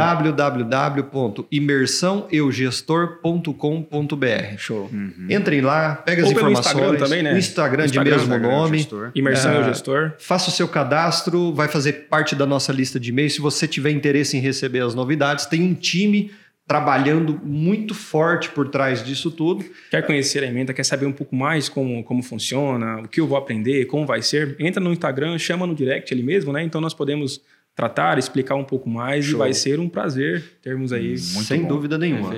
www.imersãoeugestor.com.br. Show. Entrem lá, pega as Ou pelo informações. Instagram também, né? O Instagram de Instagram, mesmo nome. Imersão Eu Gestor. Faça o seu cadastro, vai fazer parte da nossa lista de e-mails. Se você tiver interesse em receber as novidades, tem um time trabalhando muito forte por trás disso tudo. Quer conhecer a ementa, quer saber um pouco mais como funciona, o que eu vou aprender, como vai ser, entra no Instagram, chama no direct ali mesmo, né? Então nós podemos tratar, explicar um pouco mais. Show. E vai ser um prazer termos aí... Sem dúvida nenhuma.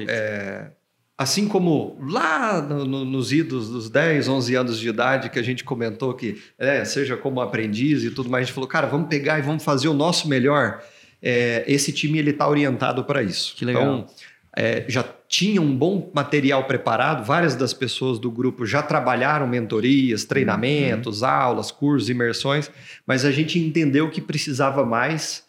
Assim como lá nos idos dos 10, 11 anos de idade, que a gente comentou que, seja como aprendiz e tudo mais, a gente falou, cara, vamos pegar e vamos fazer o nosso melhor. Esse time ele está orientado para isso. Que legal. Então, já tinha um bom material preparado, várias das pessoas do grupo já trabalharam mentorias, treinamentos, aulas, cursos, imersões, mas a gente entendeu que precisava mais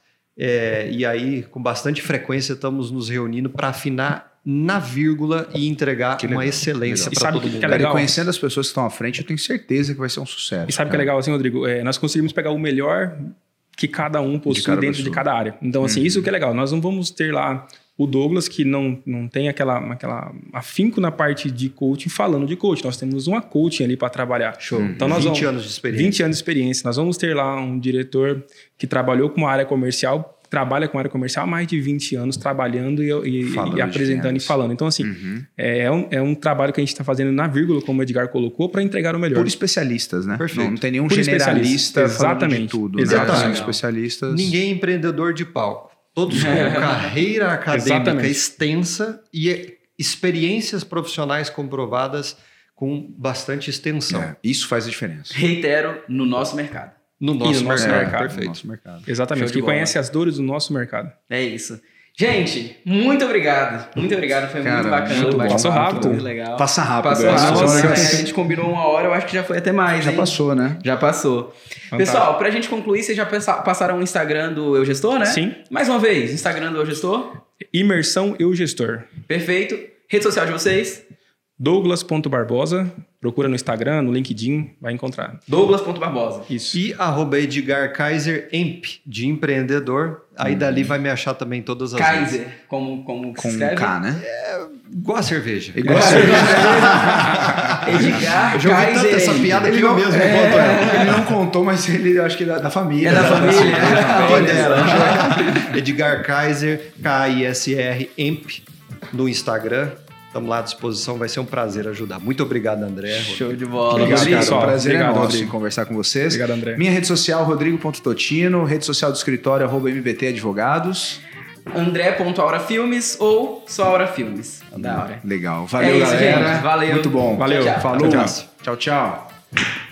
e aí, com bastante frequência, estamos nos reunindo para afinar na vírgula e entregar uma excelência para todo mundo. Legal. E conhecendo as pessoas que estão à frente, eu tenho certeza que vai ser um sucesso. E sabe o que é legal, assim, Rodrigo? Nós conseguimos pegar o melhor que cada um possui dentro de cada área. Então, assim, isso que é legal. Nós não vamos ter lá o Douglas, que não tem aquela afinco na parte de coaching, falando de coaching. Nós temos uma coaching ali para trabalhar. Show. Então, nós 20 anos de experiência. 20 anos de experiência. Nós vamos ter lá um diretor que trabalhou com a área comercial, trabalha com a área comercial há mais de 20 anos, trabalhando e apresentando e falando. Então, assim, é um trabalho que a gente está fazendo na vírgula, como o Edgar colocou, para entregar o melhor. Por especialistas, né? Perfeito. Não tem nenhum Por generalista falando de exatamente. tudo. Exatamente. Né? Especialistas. Ninguém é empreendedor de palco. Todos com carreira acadêmica Exatamente. extensa e experiências profissionais comprovadas com bastante extensão. Isso faz a diferença. Reitero, no nosso mercado. No nosso mercado. mercado. Perfeito. Nosso mercado. Exatamente. Show de Que bola. conhece as dores do nosso mercado. É isso. Gente, muito obrigado. Muito obrigado. Foi Cara, muito bacana. muito o bom. bate-papo, Passou rápido. Muito legal. Passa rápido. Passou Essas rápido. horas- A gente combinou 1 hora, eu acho que já foi até mais, Já hein? passou, né? Já passou. Fantástico. Pessoal, pra gente concluir, vocês já passaram o Instagram do Eu Gestor, né? Sim. Mais uma vez, Instagram do Eu Gestor. Imersão Eu Gestor. Perfeito. Rede social de vocês? Douglas.barbosa. Procura no Instagram, no LinkedIn, vai encontrar. Douglas.barbosa. Isso. E @Edgar Kaiser Emp, de empreendedor. Aí dali vai me achar também todas as Kaiser, vezes. como se Com escreve? K, né? Igual a cerveja. Igual Edgar Eu já ouvi Kaiser. tanto essa piada que Ele eu não- mesmo conto ela. Ele não contou, mas ele acho que é da família. É da família. Olha ela. Edgar Kaiser, K-I-S-R, Emp, no Instagram. Estamos lá à disposição, vai ser um prazer ajudar. Muito obrigado, André. Show de bola. Obrigado, Rodrigo. pessoal. O prazer Obrigado, é nosso Rodrigo. em conversar com vocês. Obrigado, André. Minha rede social, rodrigo.totino. Rede social do escritório, @MBT Advogados. André.aurafilmes ou só Aura Filmes. Da hora. Legal. Valeu, É isso, galera. gente. Valeu. Muito bom. Valeu. Tchau, tchau. Falou. Tchau, tchau. Tchau, tchau.